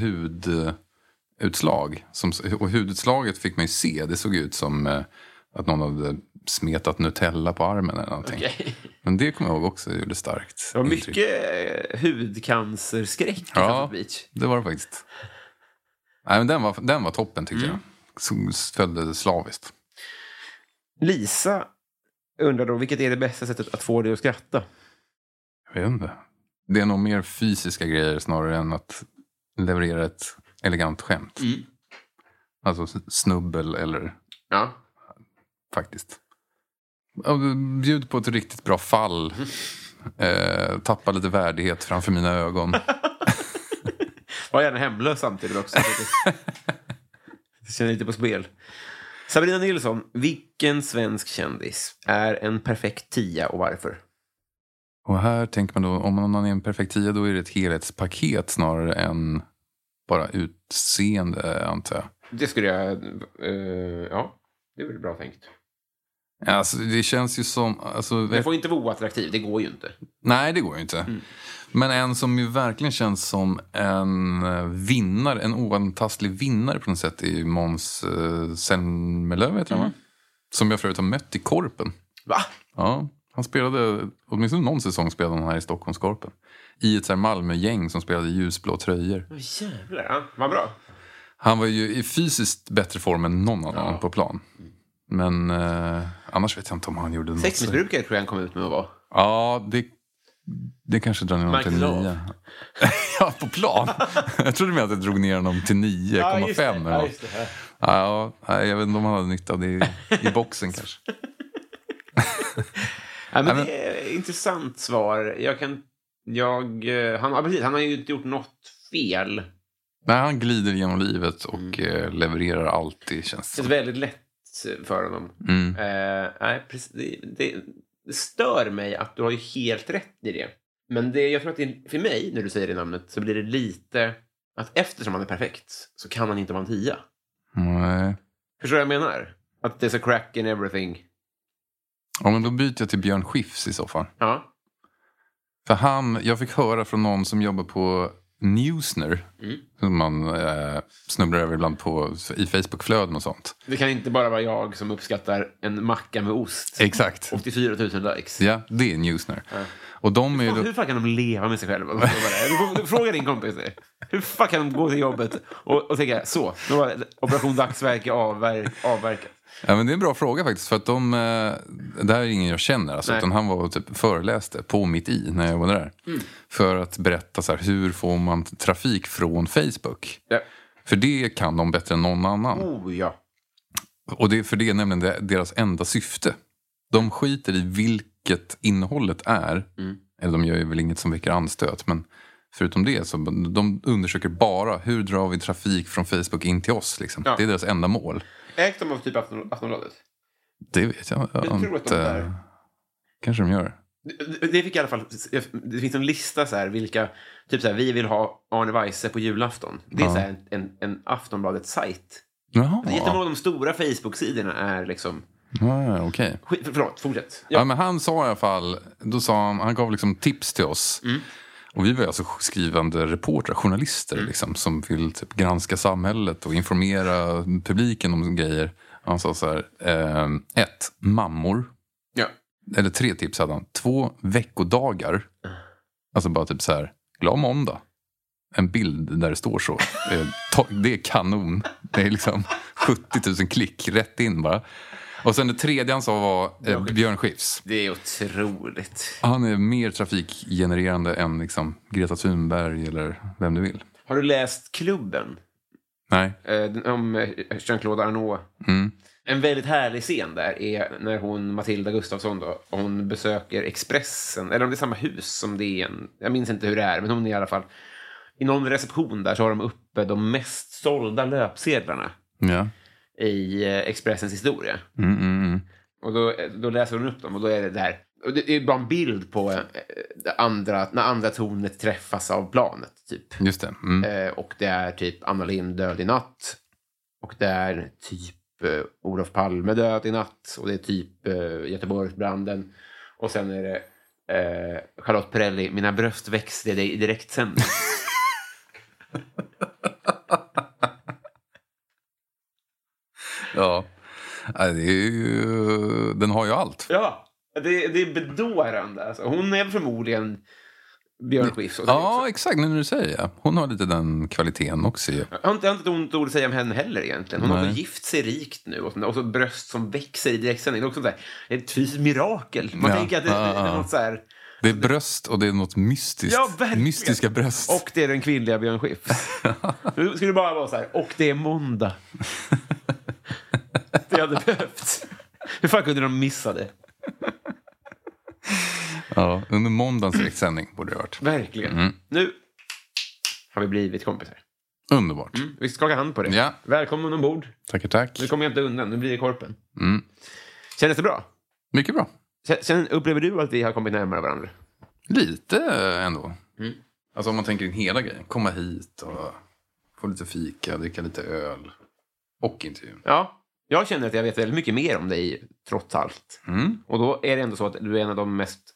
hudutslag. Som, och hudutslaget fick man ju se. Det såg ut som eh, att någon hade smetat Nutella på armen eller någonting. Okej. Men det kommer jag ihåg också gjorde starkt. Det var intryck. mycket eh, hudcancerskräck i Ja. Sunset Beach. Det var det faktiskt. Nej, men den var, den var toppen tyckte Mm. jag. Som följde slaviskt. Lisa undrar då, vilket är det bästa sättet att få dig att skratta? Jag vet inte. Det är nog mer fysiska grejer snarare än att leverera ett elegant skämt. Mm. Alltså snubbel eller Ja. faktiskt. Ja, bjud på ett riktigt bra fall. Eh, tappa lite värdighet framför mina ögon. Var gärna hemlös samtidigt också. Jag känner lite på spel. Sabrina Nilsson, vilken svensk kändis är en perfekt tia och varför? Och här tänker man då, om man är en perfekt tia då är det ett helhetspaket snarare än bara utseende antar jag. Det skulle jag... eh, ja, det är väl bra tänkt. Alltså det känns ju som... Alltså, Den får inte vara oattraktiv, det går ju inte. nej, det går ju inte. Mm. Men en som ju verkligen känns som en vinnare, en oantastlig vinnare på något sätt är ju Måns uh, Zelmerlöw, heter han va? Som jag förut har mött i Korpen. Va? Ja, han spelade, åtminstone någon säsong spelade han här i Stockholmskorpen. I ett så här Malmö-gäng som spelade ljusblå tröjor. Oh, jävlar, ja. Vad bra. Han var ju i fysiskt bättre form än någon annan Ja. på plan. Men uh, annars vet jag inte om han gjorde något. Sexmissbrukare tror jag han kom ut med att vara. Ja, det, det kanske drar ner honom till Michael Love. nio. Ja, på plan. Jag trodde med att det drog ner honom till nio komma fem. Ja, just det. Ja. Ja, ja, jag vet inte om han hade nytta av det i, i boxen kanske. Ja, men Ja, men- det är ett intressant svar. Jag kan... Jag... eh, Han, ja, precis, han har ju inte gjort något fel. Nej, han glider genom livet och Mm. eh, levererar alltid, känns Det är det väldigt lätt för honom. mm. Eh, nej, precis, det, det, det stör mig att du har ju helt rätt i det. Men det, jag tror att det, för mig, när du säger det namnet, så blir det lite att eftersom han är perfekt så kan han inte vara en tia. Nej. Förstår du vad jag menar? Att det är så crack in everything. Ja, men då byter jag till Björn Skifs i så fall. Ja. För han, jag fick höra från någon som jobbar på Newsner. Mm. Som man eh, snubblar över ibland på, i Facebookflöden och sånt. Det kan inte bara vara jag som uppskattar en macka med ost. Exakt. åttiofyra tusen likes. Ja, det är Newsner. Ja. Och de är ju Fan, då... hur fan kan de leva med sig själva? Du får, du frågar din kompis det. Hur fan kan de gå till jobbet och, och tänka så, nu var operation dagsverke avverk, avverkat. Ja, men det är en bra fråga faktiskt. För att de, eh, det här är ingen jag känner. Alltså, Nej. utan han var och typ föreläste på mitt i när jag var där. Mm. För att berätta så här, hur får man trafik från Facebook. Ja. För det kan de bättre än någon annan. Oh ja. Och det, för det är nämligen det, deras enda syfte. De skiter i vilket innehållet är. Mm. Eller de gör ju väl inget som väcker anstöt. Men förutom det så de undersöker bara hur drar vi trafik från Facebook in till oss. Liksom. Ja. Det är deras enda mål. Ägt de av typ Afton- Aftonbladet? Det vet jag, jag Jag tror att de är. inte. Kanske de gör. Det, det fick i alla fall, det finns en lista så här, vilka, typ så här, vi vill ha Arne Weise på julafton. Det är Ja. så här en, en, en Aftonbladet-sajt Jaha. Det är jättemånga av de stora Facebook-sidorna är liksom... Ja, okej. Okay. Förlåt, fortsätt. Ja. Ja, men han sa i alla fall, då sa han, han gav liksom tips till oss. Mm. Och vi var alltså skrivande reportrar, journalister mm. liksom, som vill typ granska samhället och informera publiken om grejer. Han sa så här, eh, ett, mammor. Ja. Eller tre tips hade han. Två, veckodagar. Mm. Alltså bara typ så här, glad måndag. En bild där det står så. Det är kanon. Det är liksom sjuttio tusen klick rätt in bara. Och sen det tredje han sa var eh, Björn Skifs. Det är otroligt. Han är mer trafikgenererande än liksom Greta Thunberg eller vem du vill. Har du läst Klubben? Nej. Eh, om Jean-Claude Arnault. Mm. En väldigt härlig scen där är när hon, Matilda Gustafsson då, hon besöker Expressen. Eller om det är samma hus som det är en. Jag minns inte hur det är, men hon är i alla fall. I någon reception där så har de uppe de mest sålda löpsedlarna. Ja. I Expressens historia. Mm, mm, mm. Och då, då läser hon upp dem och då är det där. Och det är bara en bild på eh, andra, när andra tornet träffas av planet typ. Just det. Mm. Eh, och det är typ Anna Lindh död i natt. Och det är typ eh, Olof Palme död i natt. Och det är typ eh, Göteborgsbranden. Och sen är det eh, Charlotte Perrelli, mina bröst växte i direktsändning. Ja, det är ju, den har ju allt. Ja, det, det är bedårande. Alltså. Hon är förmodligen Björn Skifs. Ja, exakt, när du säger det. Hon har lite den kvaliteten också. Jag har inte, jag har inte ont ord att säga om henne heller egentligen. Hon Nej. har så gift sig rikt nu. Och så, och så bröst som växer i direktsändning. Det är också så här, ett fysiskt mirakel. Man ja. tänker att det, ja, det är något så här... Det är bröst och det är något mystiskt. Ja, mystiska bröst. Och det är den kvinnliga Björn Skifs. Nu skulle det bara vara så här, och det är måndag. Det hade behövt. Hur fan kunde de missa det? Ja, under måndagens direktsändning borde det ha varit. Verkligen. Mm. Nu har vi blivit kompisar. Underbart. Mm, vi skakar hand på det. Ja. Välkommen ombord. Tackar, tack. Nu kommer jag inte undan, nu blir det korpen. Mm. Kändes det bra? Mycket bra. Sen upplever du att vi har kommit närmare varandra? Lite ändå. Mm. Alltså om man tänker in hela grejen. Komma hit och få lite fika, dricka lite öl. Och intervjun. Ja, jag känner att jag vet väldigt mycket mer om dig trots allt. Mm. Och då är det ändå så att du är en av de mest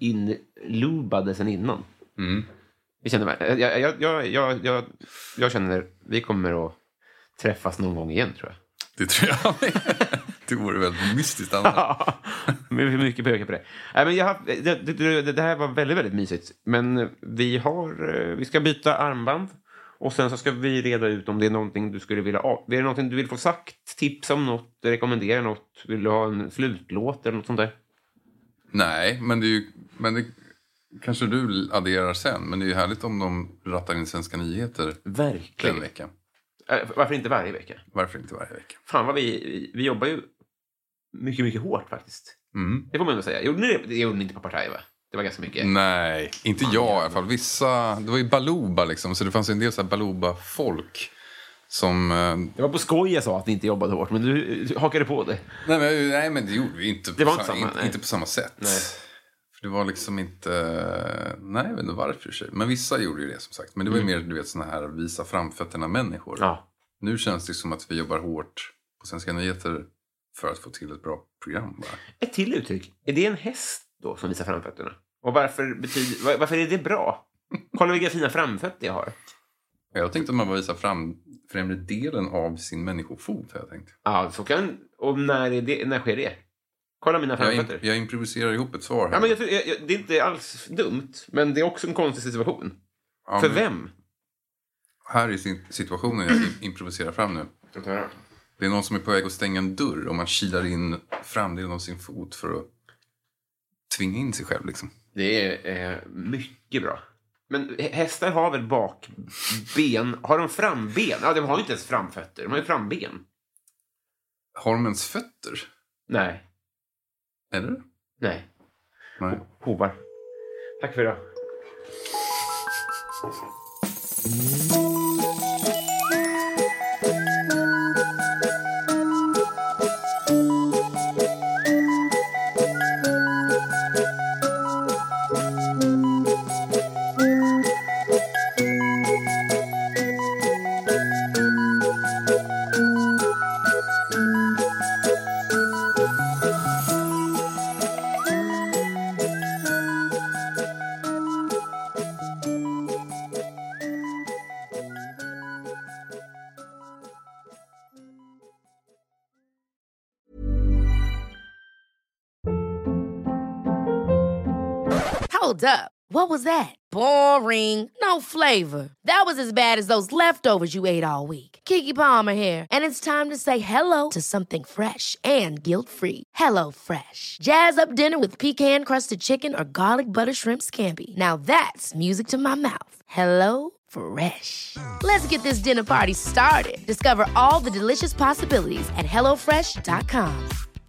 inlubade sen innan. Mm. Vi känner, jag, jag, jag, jag, jag, jag känner vi kommer att träffas någon gång igen, tror jag. Det tror jag. Det vore väldigt mystiskt. Ja, mycket pöka på det. Nej, men jag har, det, det, det här var väldigt, väldigt mysigt. Men vi har, vi ska byta armband. Och sen så ska vi reda ut om det är någonting du skulle vilja ha. Är det någonting du vill få sagt? Tips om något? Rekommendera något? Vill du ha en slutlåt eller något sånt där? Nej, men det är ju... Men det, kanske du adderar sen. Men det är ju härligt om de rattar in Svenska nyheter. Verkligen. Den veckan. Varför inte varje vecka? Varför inte varje vecka? Fan vad vi... Vi jobbar ju mycket, mycket hårt faktiskt. Mm. Det får man ändå säga. Gjorde ni det? Det gjorde ni inte på Partaj, va? Det var ganska mycket. Nej, inte jag i alla fall. Vissa, det var ju Baluba liksom. Så det fanns en del så här Baluba-folk som... Det var på skoj jag sa att ni inte jobbade hårt. Men du, du hakade på det. Nej men, nej, men det gjorde vi inte på, det var sam, inte, samma, inte, inte på samma sätt. Nej. För det var liksom inte... Nej, jag vet inte varför sig. Men vissa gjorde ju det som sagt. Men det var ju mm. mer, du vet, såna här visa framfötterna människor. Ja. Nu känns det som att vi jobbar hårt på Svenska nyheter för att få till ett bra program. Bara. Ett till uttryck. Är det en häst då som visar framfötterna? Och varför, betyder, varför är det bra? Kolla vilka fina framfötter jag har. Jag tänkte att man bara visar fram främre delen av sin människofot, har jag tänkt. Ja, så kan... Och när, är det, när sker det? Kolla mina framfötter. Jag, in, jag improviserar ihop ett svar här. Ja, men jag, jag, jag, det är inte alls dumt, men det är också en konstig situation. Ja, För men, vem? Här är situationen jag improviserar fram nu. Det är någon som är på väg att stänga en dörr och man kilar in framdelen av sin fot för att tvinga in sig själv liksom. Det är eh, mycket bra. Men hästar har väl bakben? Har de framben? Ja, de har ju inte ens framfötter. De har ju framben. Har de ens fötter? Nej. Eller? Nej. Nej. Hovar. Tack för idag. Hold up. What was that? Boring. No flavor. That was as bad as those leftovers you ate all week. Keke Palmer here, and it's time to say hello to something fresh and guilt-free. Hello Fresh. Jazz up dinner with pecan-crusted chicken or garlic butter shrimp scampi. Now that's music to my mouth. Hello Fresh. Let's get this dinner party started. Discover all the delicious possibilities at hello fresh dot com.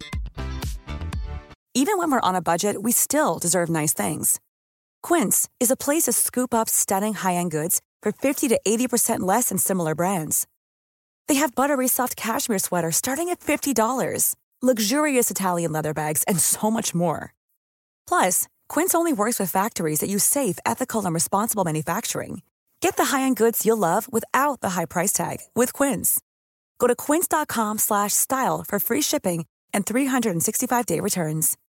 Even when we're on a budget, we still deserve nice things. Quince is a place to scoop up stunning high-end goods for fifty to eighty percent less than similar brands. They have buttery soft cashmere sweaters starting at fifty dollars, luxurious Italian leather bags, and so much more. Plus, Quince only works with factories that use safe, ethical, and responsible manufacturing. Get the high-end goods you'll love without the high price tag with Quince. Go to quince dot com slash style for free shipping and three sixty-five day returns.